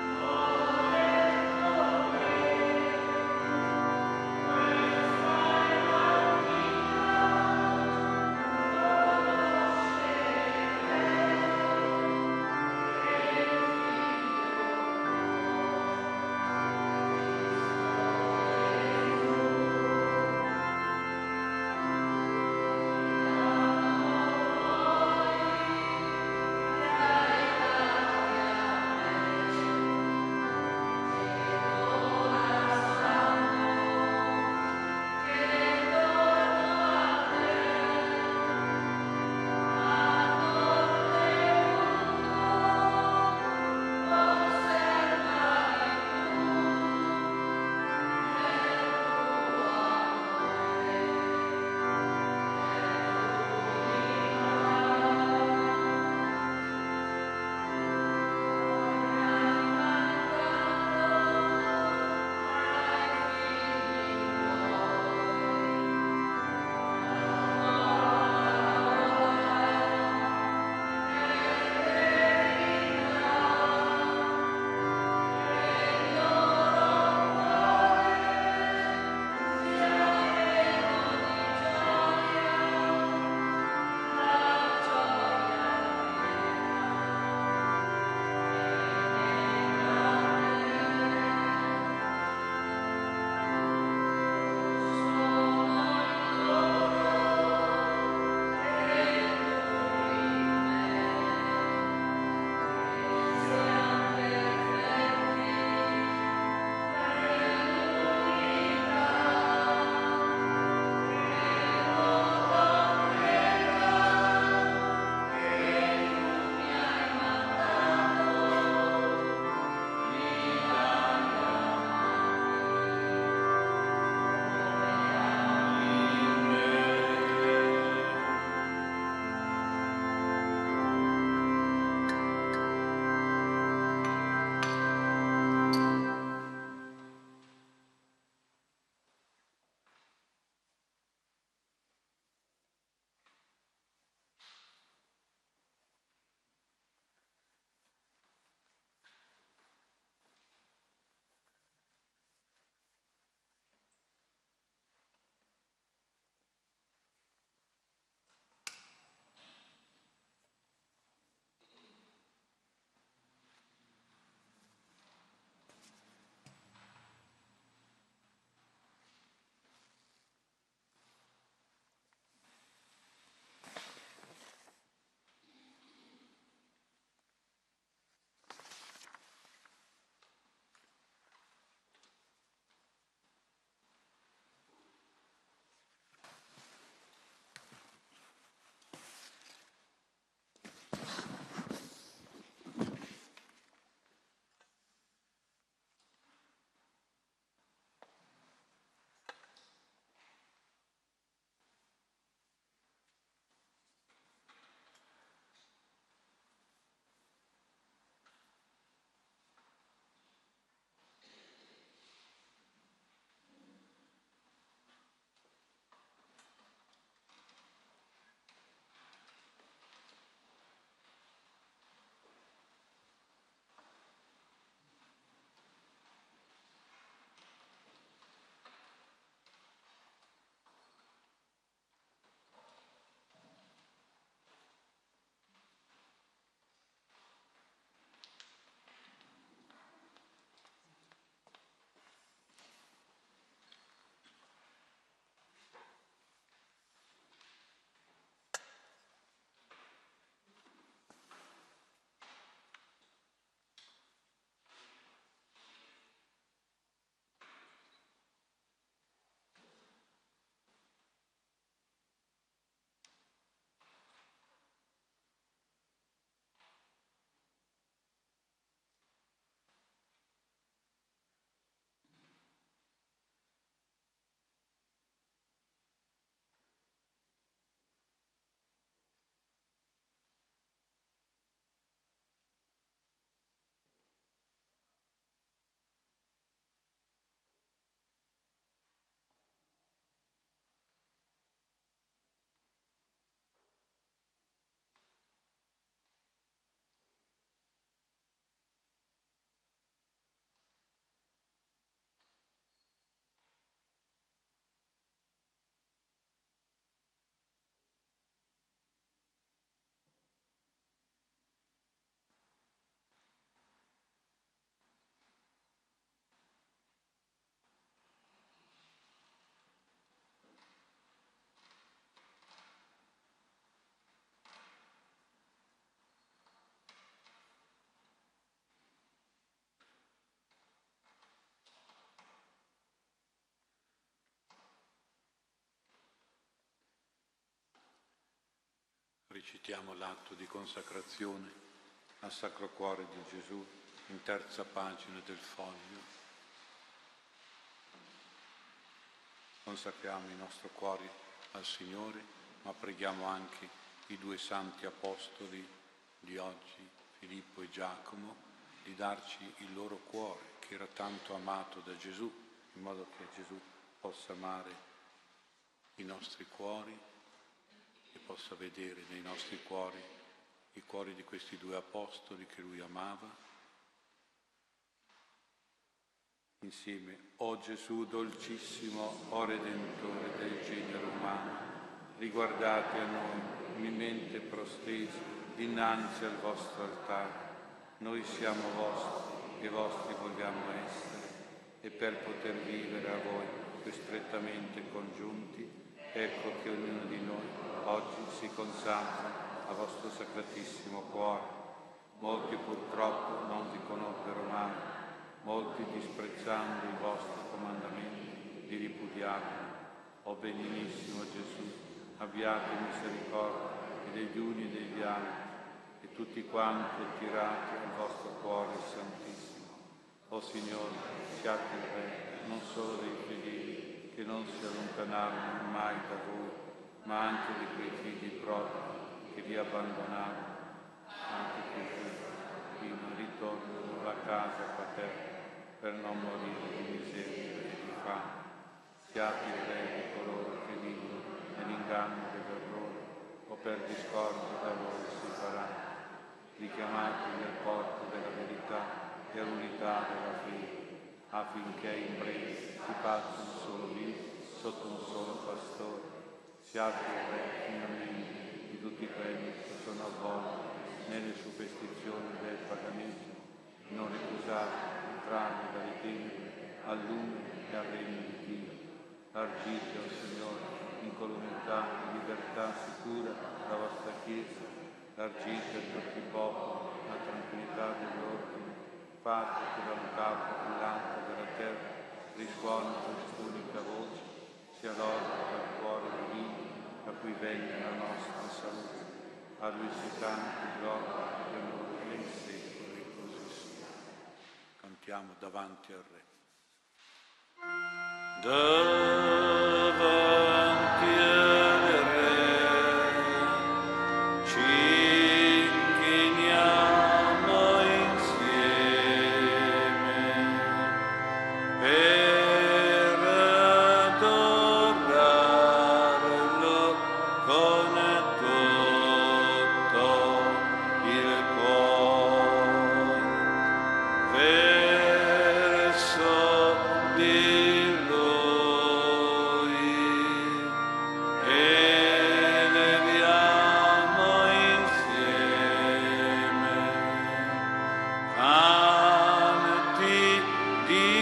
F: Recitiamo l'atto di consacrazione al Sacro Cuore di Gesù in terza pagina del foglio. Consacriamo i nostri cuori al Signore, ma preghiamo anche i due santi apostoli di oggi, Filippo e Giacomo, di darci il loro cuore, che era tanto amato da Gesù, in modo che Gesù possa amare i nostri cuori e possa vedere nei nostri cuori i cuori di questi due apostoli che lui amava. Insieme, o Gesù dolcissimo, o Redentore del genere umano, riguardate a noi, umilmente prostesi, dinanzi al vostro altare. Noi siamo vostri e vostri vogliamo essere, e per poter vivere a voi più strettamente congiunti, ecco che ognuno di noi oggi si consacra al vostro sacratissimo cuore. Molti purtroppo non vi conobbero mai, molti disprezzando i vostri comandamenti vi ripudiarono. O beninissimo Gesù, abbiate misericordia e degli uni e degli altri, e tutti quanti attirate al vostro cuore santissimo. O Signore, siate il Re non solo dei fedeli che non si allontanarono mai da voi, ma anche di quei figli propri che vi abbandonarono, anche quei fino al ritorno alla casa paterna per non morire di miseria e di fame. Siate il Re di coloro che vivono nell'inganno dell'errore o per discordia da voi separati. Richiamateli al porto della verità e all'unità della fede, affinché in breve si passi un solo vivo sotto un solo pastore. Siate il Re finalmente di tutti quelli che sono avvolti nelle superstizioni del paganesimo, non recusate di trarre dalle tenebre al lume e al regno di Dio. Largite, o Signore, incolumità e libertà sicura la vostra Chiesa. Largite a tutti i popoli la tranquillità dell'ordine. Fate che da un capo all'altro della terra risuoni quest'unica voce, sia lode dal cuore divino da cui venne la nostra salute. A lui si canti gloria e onore nei secoli, così sia. Cantiamo davanti al Re. Davanti al Re ci inchiniamo insieme per adorarlo con tutto il cuore. Verso di Lui eleviamo insieme canti di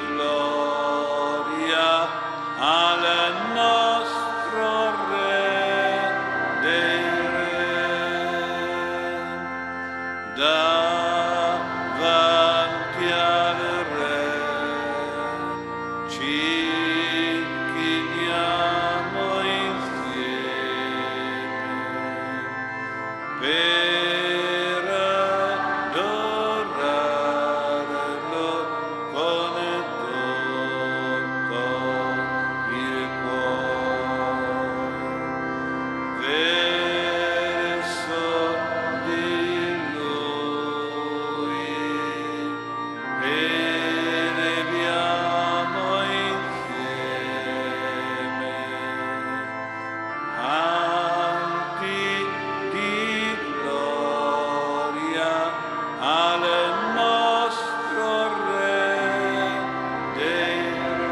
F: gloria al nostro Re dei Re. Davanti al Re ci inchiniamo insieme per adorarlo con tutto il cuore. Verso di Lui eleviamo insieme canti di gloria al nostro Re dei Re.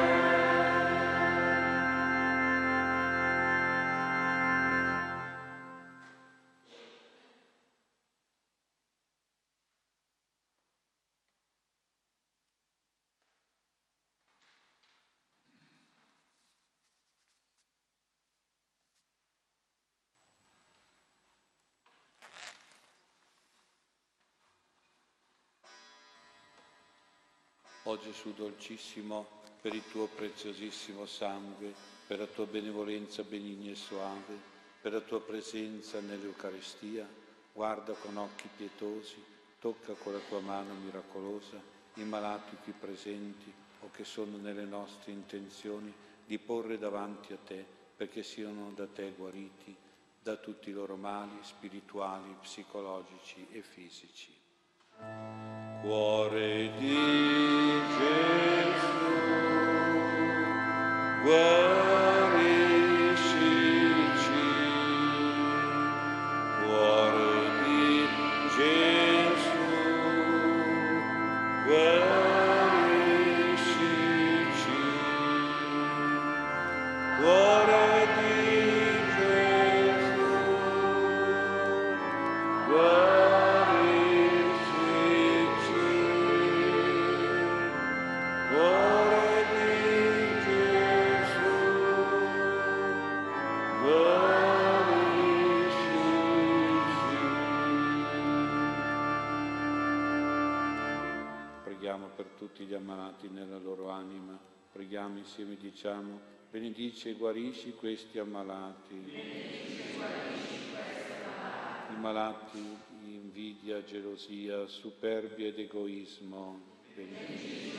F: O Gesù dolcissimo, per il tuo preziosissimo sangue, per la tua benevolenza benigna e soave, Per la tua presenza nell'Eucaristia, guarda con occhi pietosi, tocca con la tua mano miracolosa i malati qui presenti o che sono nelle nostre intenzioni di porre davanti a te perché siano da te guariti da tutti i loro mali spirituali, psicologici e fisici. Cuore di Gesù, guariscici. Cuore di Gesù, guariscici. Cuore di Gesù, guariscici. Cuore di Gesù, guariscici. Preghiamo per tutti gli ammalati nella loro anima. Preghiamo insieme, diciamo: benedici e guarisci questi ammalati. I malati di invidia, gelosia, superbia ed egoismo. Benedici.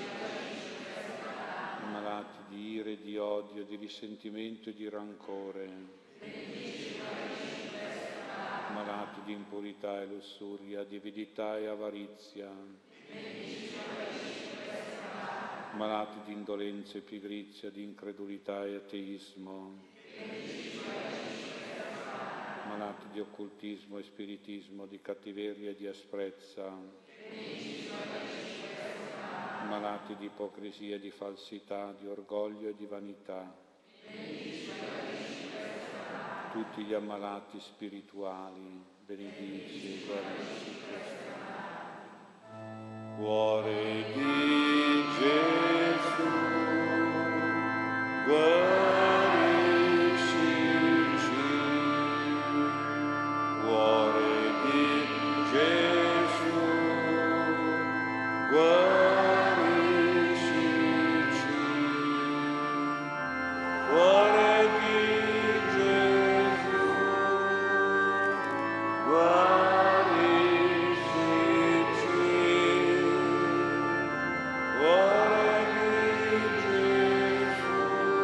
F: I malati di ira, di odio, di risentimento e di rancore. I malati di impurità e lussuria, di avidità e avarizia. I malati di indolenza e pigrizia, di incredulità e ateismo. I malati di occultismo e spiritismo, di cattiveria e di asprezza. I malati di ipocrisia e di falsità, di orgoglio e di vanità. Tutti gli ammalati spirituali, benedici e guarisci questi. Cuore di Gesù, guariscici. Cuore di Gesù, guariscici. Cuore di Gesù, guariscici. Cuore di Gesù,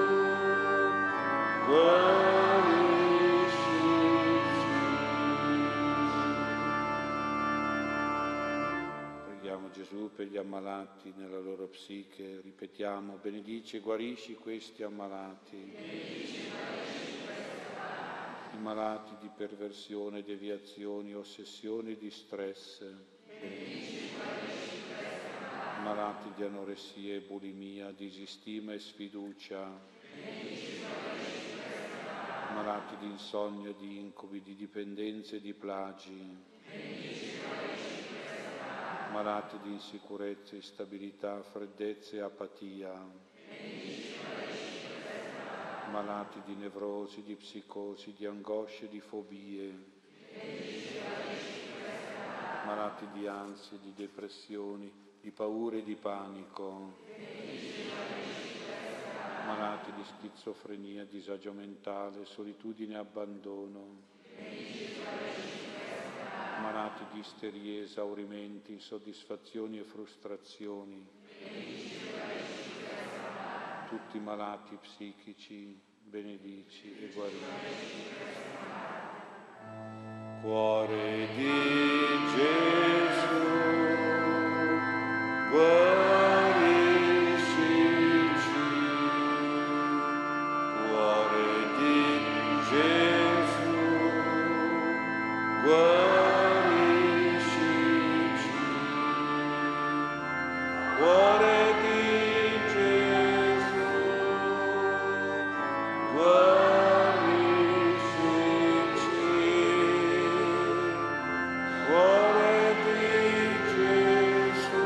F: guariscici. Preghiamo Gesù per gli ammalati nella loro psiche. Ripetiamo: benedici e guarisci questi ammalati. I malati di perversione, deviazioni, ossessioni e di stress. I malati di anoressia e bulimia, disistima e sfiducia. I malati di insonnia, di incubi, di dipendenze e di plagi. Malati di insicurezza, instabilità, freddezza e apatia. Malati di nevrosi, di psicosi, di angosce, di fobie. Malati di ansie, di depressioni, di paure e di panico. Malati di schizofrenia, disagio mentale, solitudine e abbandono. Malati di isterie, esaurimenti, insoddisfazioni e frustrazioni. Tutti i malati psichici, benedici e guarisci. Cuore di Gesù, guariscici. Cuore di Gesù, guariscici. Cuore di Gesù, guariscici. Cuore di Gesù,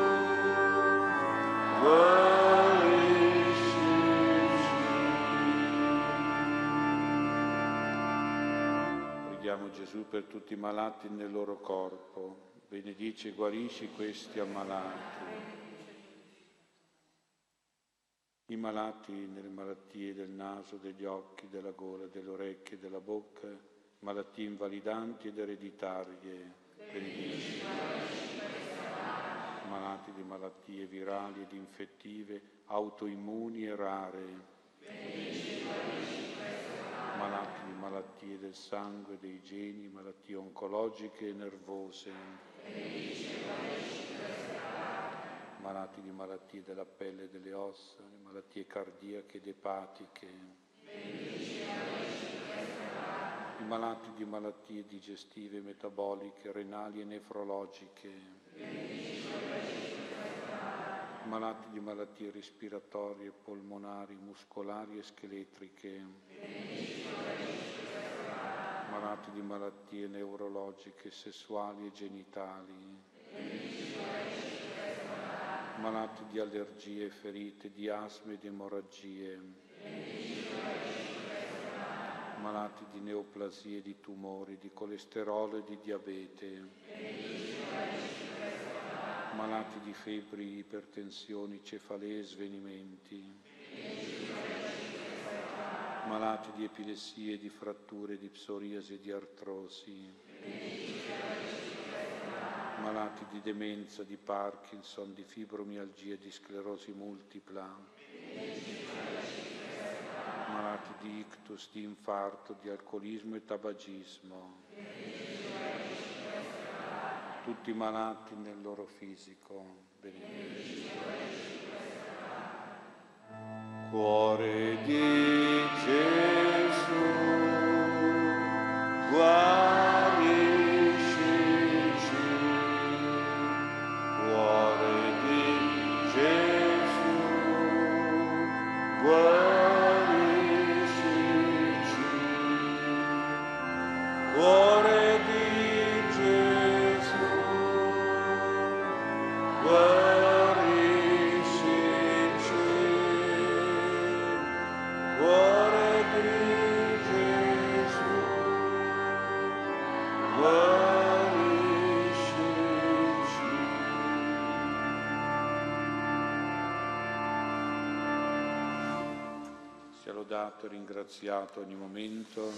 F: guariscici. Preghiamo Gesù per tutti i malati nel loro corpo. Benedici e guarisci questi ammalati. i malati nelle malattie del naso, degli occhi, della gola, delle orecchie, della bocca, malattie invalidanti ed ereditarie, benedici. Malati di malattie virali ed infettive, autoimmuni e rare, malati di malattie del sangue, dei geni, malattie oncologiche e nervose, malati di malattie della pelle e delle ossa, malattie cardiache ed epatiche, i malati di malattie digestive, metaboliche, renali e nefrologiche, malati di malattie respiratorie, polmonari, muscolari e scheletriche, malati di malattie neurologiche, sessuali e genitali, malati di allergie, ferite, di asma ed emorragie, malati di neoplasie, di tumori, di colesterolo e di diabete, malati di febbri, ipertensioni, cefalee e svenimenti, malati di epilessie, di fratture, di psoriasi e di artrosi, malati di demenza, di Parkinson, di fibromialgia, di sclerosi multipla, malati di ictus, di infarto, di alcolismo e tabagismo, tutti malati nel loro fisico. Benedici. Cuore di Gesù, guariscici. Cuore di Gesù, guariscici. Cuore di Gesù, guariscici. Cuore di Gesù, guariscici. Sia lodato e ringraziato ogni momento.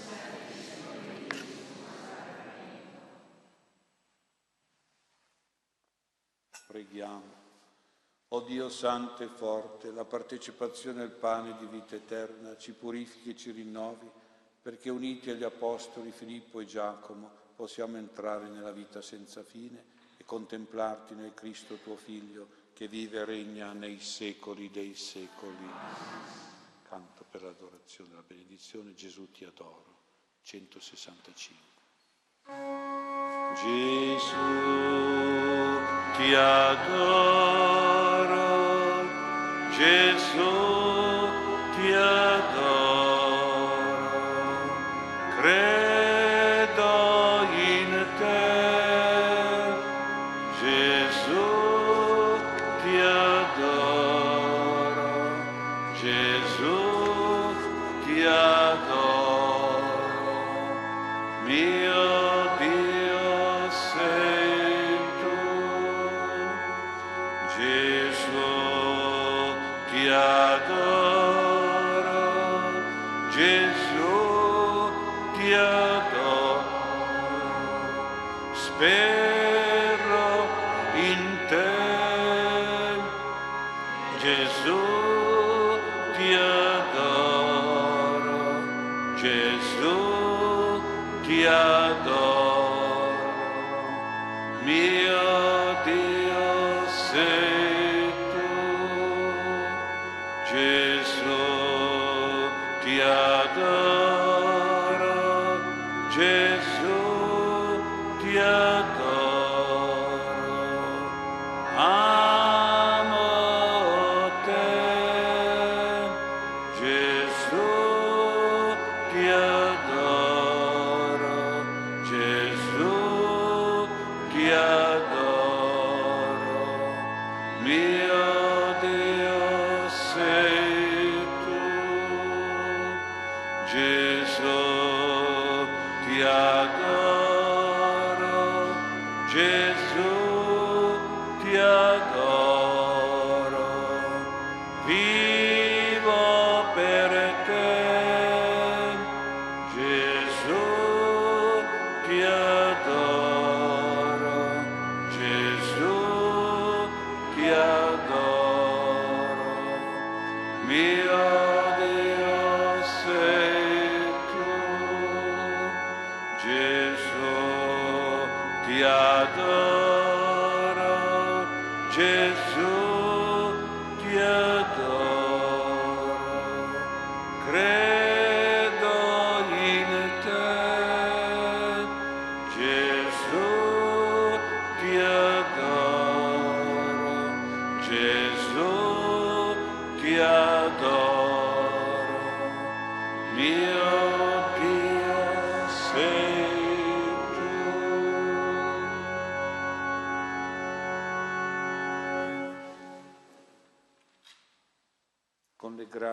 F: Preghiamo. O Dio santo e forte, la partecipazione al pane di vita eterna ci purifichi e ci rinnovi, perché uniti agli apostoli Filippo e Giacomo possiamo entrare nella vita senza fine e contemplarti nel Cristo tuo Figlio, che vive e regna nei secoli dei secoli. Canto per l'adorazione e la benedizione. Gesù ti adoro. 165. Gesù ti adoro, Gesù ti adoro, credo in te, Gesù ti adoro, Gesù ti adoro, mio Dio sei tu, Gesù ti adoro, Gesù ti adoro, spero in te, Gesù ti adoro, Gesù ti adoro, mio Dio sei tu, Gesù ti adoro, Gesù ti adoro, amo te, Gesù ti adoro, Gesù ti adoro, mio Dio sei tu, Gesù ti adoro, Gesù ti adoro,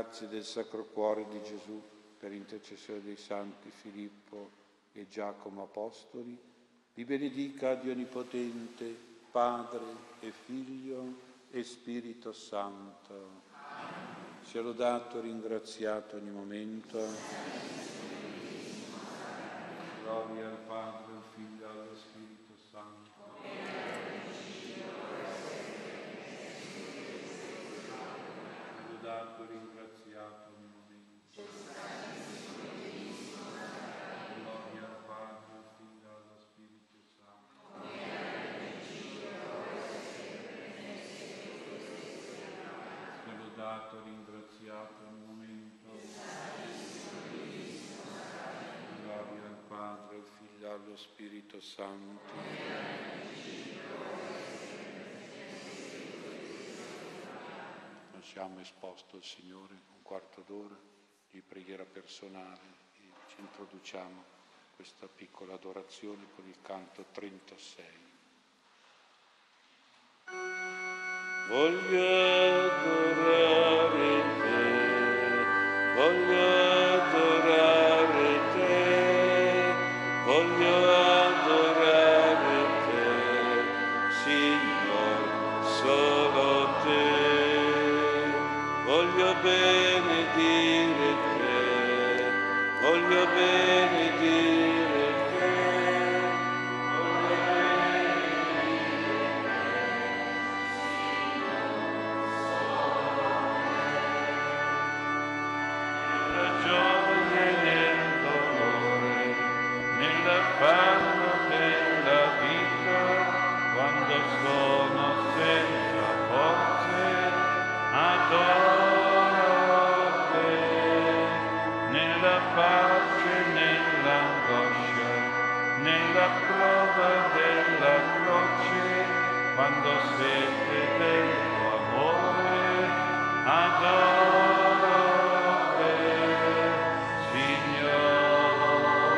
F: grazie del Sacro Cuore di Gesù, per intercessione dei santi Filippo e Giacomo Apostoli, vi benedica Dio Onnipotente, Padre e Figlio e Spirito Santo. Sia lodato e ringraziato ogni momento. Gloria al Padre, al Figlio e allo Spirito Santo. Sia lodato e ringraziato ogni momento. Gloria al Padre, al Figlio e allo Spirito Santo. Sia lodato e ringraziato ogni momento. Gloria al Padre, al Figlio e allo Spirito Santo. Lasciamo esposto al Signore un quarto d'ora di preghiera personale e ci introduciamo a questa piccola adorazione con il canto 36. Voglio adorare te, voglio adorare te, voglio adorare te, Signore, solo te. Voglio benedire te, voglio benedire te, voglio nella gioia e nel dolore, nell'affanno della vita, quando sono senza forze, adoro te. Nella pace, nell'angoscia, nella prova della croce, quando sete del tuo amore, adoro te, Signore.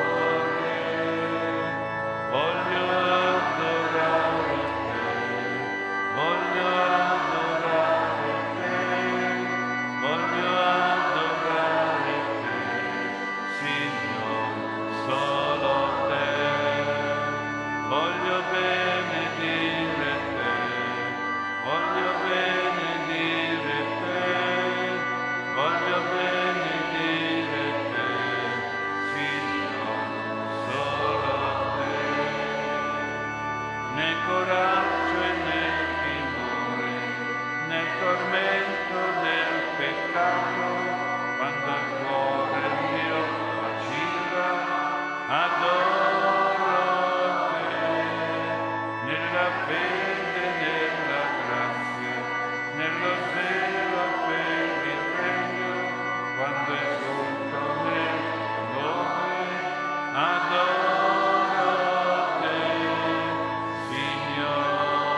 F: Voglio adorare te, voglio adorare te, voglio adorare te, Signore, solo te. Voglio benedire te, voglio benedire te, voglio benedire te, Signore, solo te. Nel coraggio e nel timore, nel tormento del peccato, quando il cuore mio vacilla, adoro te. Nella fede, nella grazia, nello zelo per il regno, quando esulto nel tuo nome, adoro te, Signore.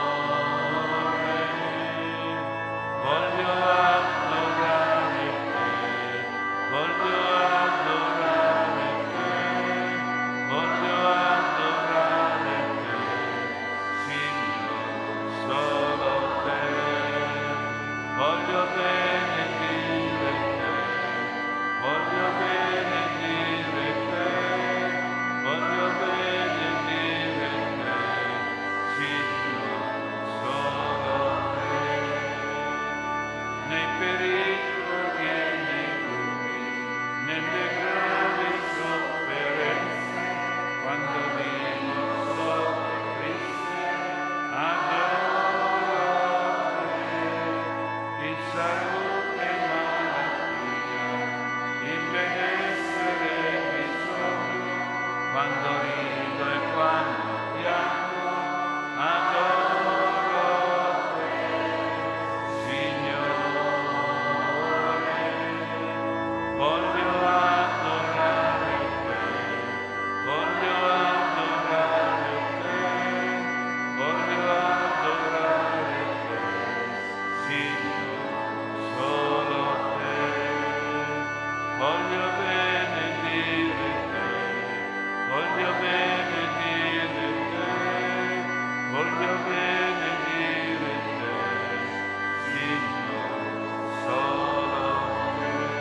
F: Voglio adorare te, voglio adorare te, voglio adorare te, Signore, solo te. Voglio benedire te, voglio benedire te, voglio benedire te, Signore, solo te. Nei pericoli e nei dubbi, nelle gravi sofferenze, quando vivo solo e triste, adoro te. In salute e malattia, in benessere e bisogno, quando rido e quando piango, adoro te, Signore. Voglio adorare te, voglio adorare te, voglio adorare te, Signore, solo te. Voglio benedire te, voglio benedire te, voglio benedire te, Signore, solo te.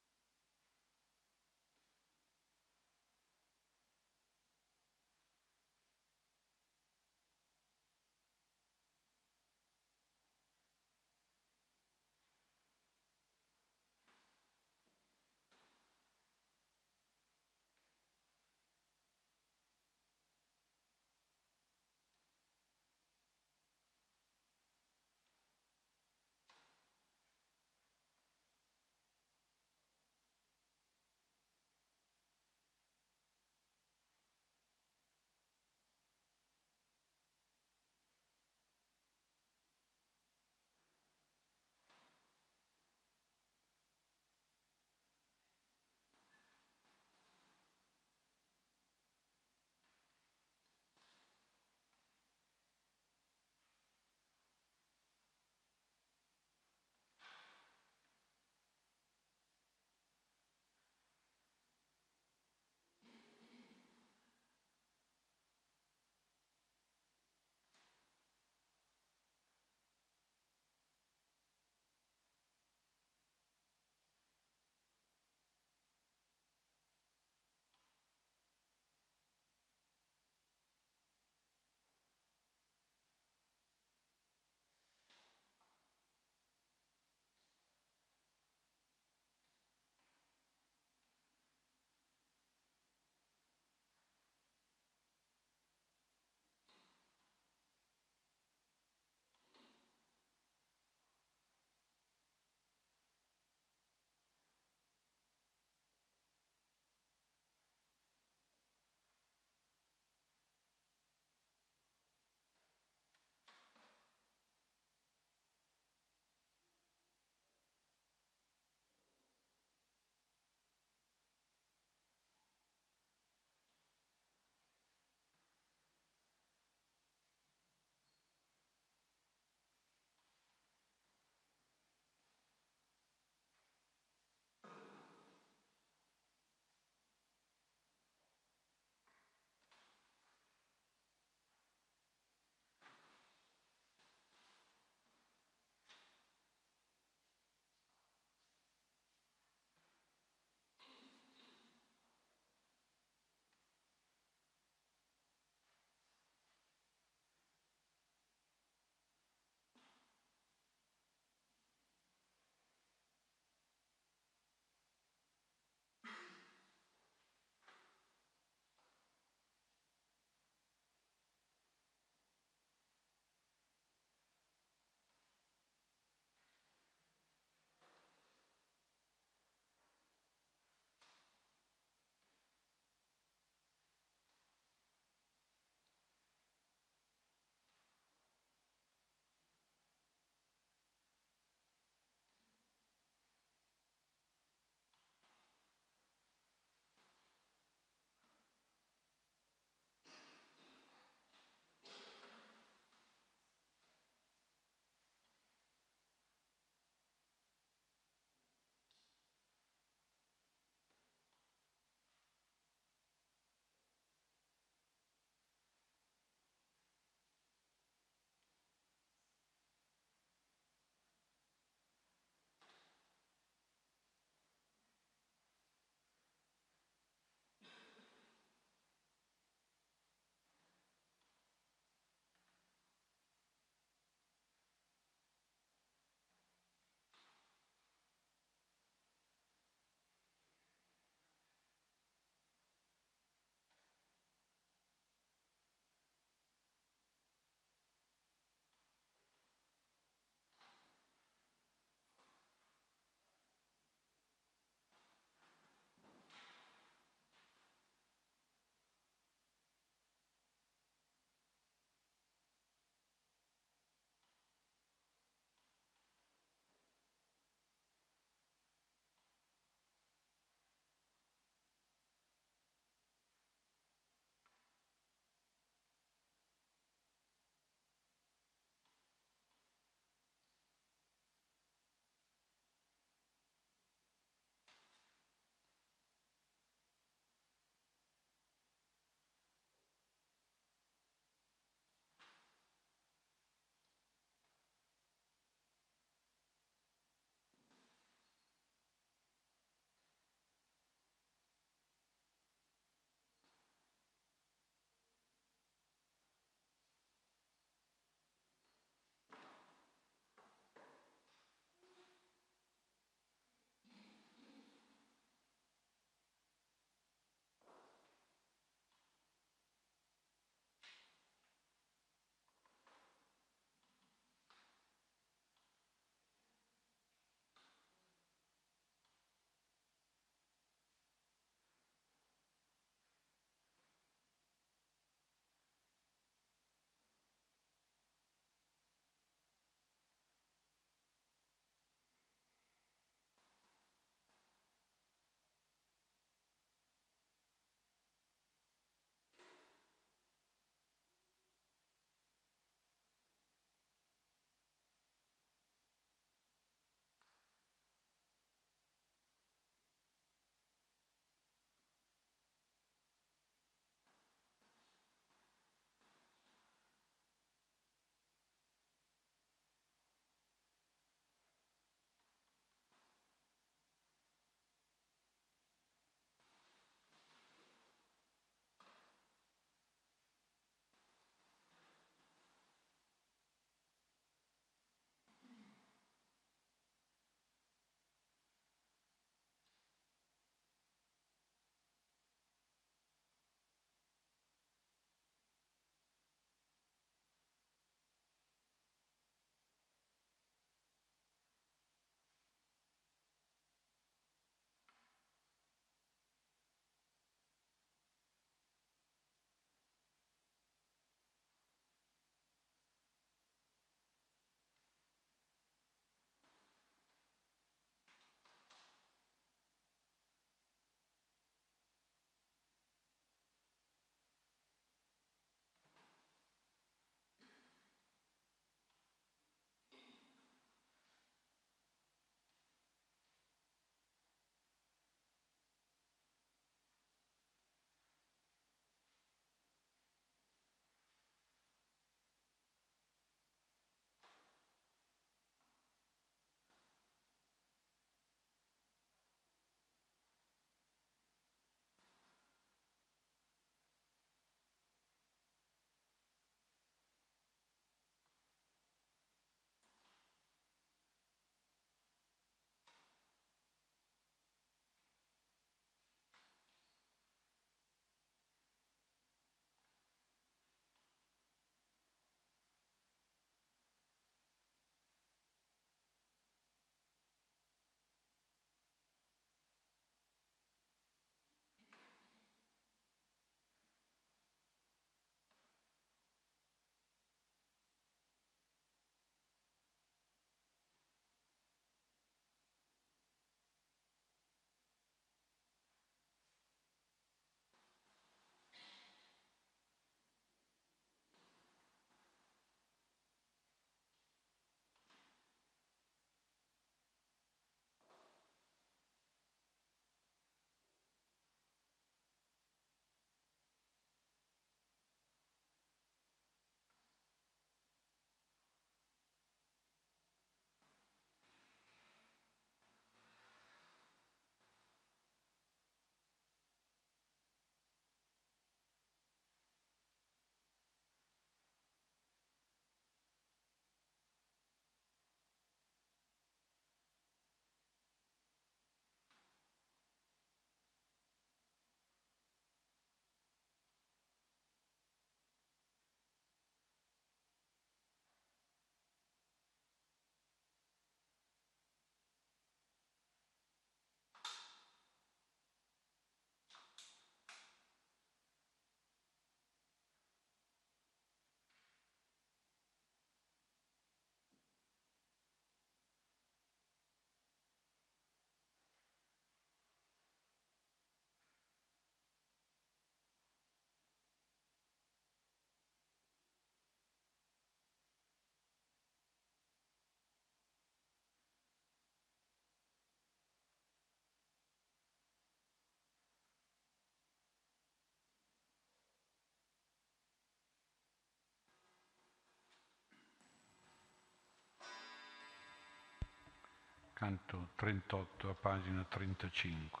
A: canto 38 a pagina 35.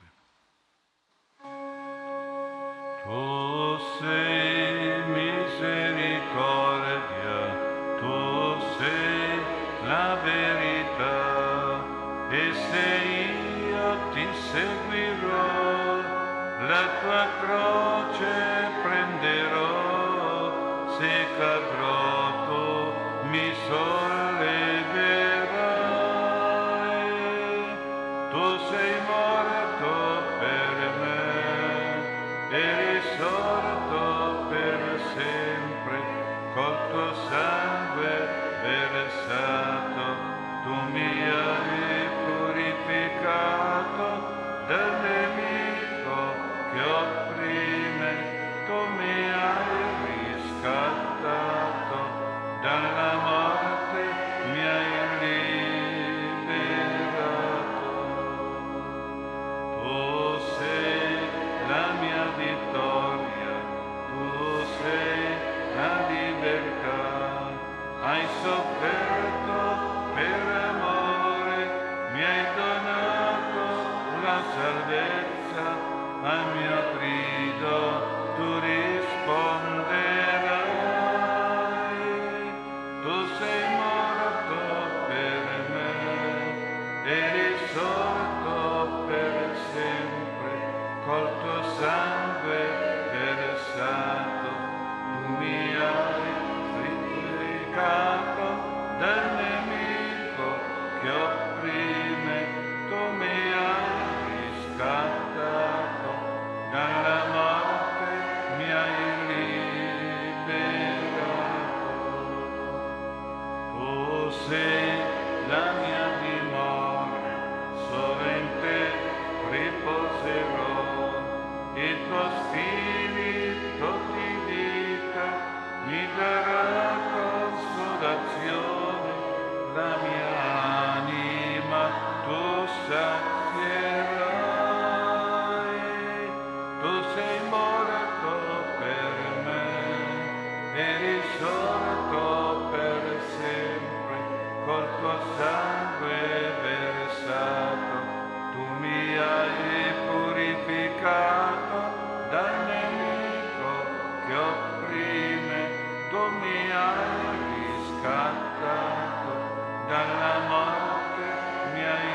A: Tu sei misericordia, tu sei la verità, e se io ti seguirò, la tua croce prenderò, se cadrò tu mi solleverai. Tu sei morto per me e risorto per sempre, col tuo sangue versato, tu mi hai purificato dal nemico che opprime, tu mi hai riscattato dalla morte, mi hai liberato. Tu sei la mia vittoria, tu sei la libertà, hai sofferto per amore, mi hai donato la salvezza, al mio grido tu risponderai. Tu sei morto per me e risorto per sempre, col tuo sangue versato, tu mi hai purificato dal nemico che opprime, tu mi hai riscattato dalla morte, mi hai liberato. Tu sei la mia dimora, solo in te riposerò, il tuo spirito di vita mi darà consolazione, la mia anima tu sazierai. Tu sei morto per me e risorto per sempre, col tuo sangue versato, tu mi hai purificato dal nemico che opprime, tu mi hai riscattato dalla morte, mi hai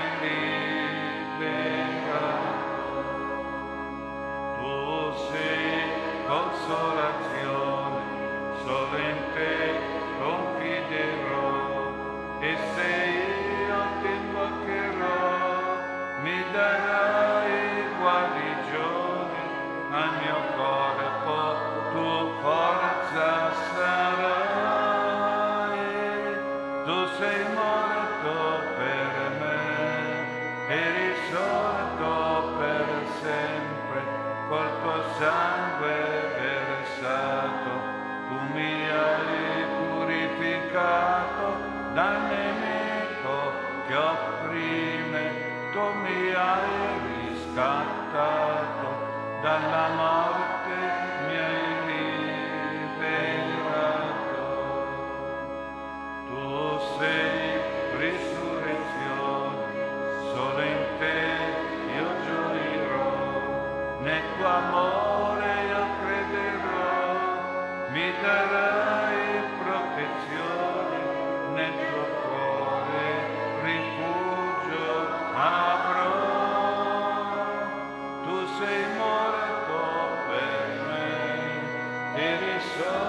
A: liberato. Tu sei consolazione, solo in te confiderò, e se io ti invocherò, mi darai guarigione, al mio corpo tu forza sarai. Tu sei morto per me e risorto per sempre, col tuo sangue versato, tu mi hai purificato dal nemico che opprime, tu mi hai riscattato dalla morte, mi hai liberato. Tu sei risurrezione, solo in te io gioirò, nel tuo amore io crederò, mi darai protezione, nel tuo cuore rifugio avrò. Tu sei morto per me e risorto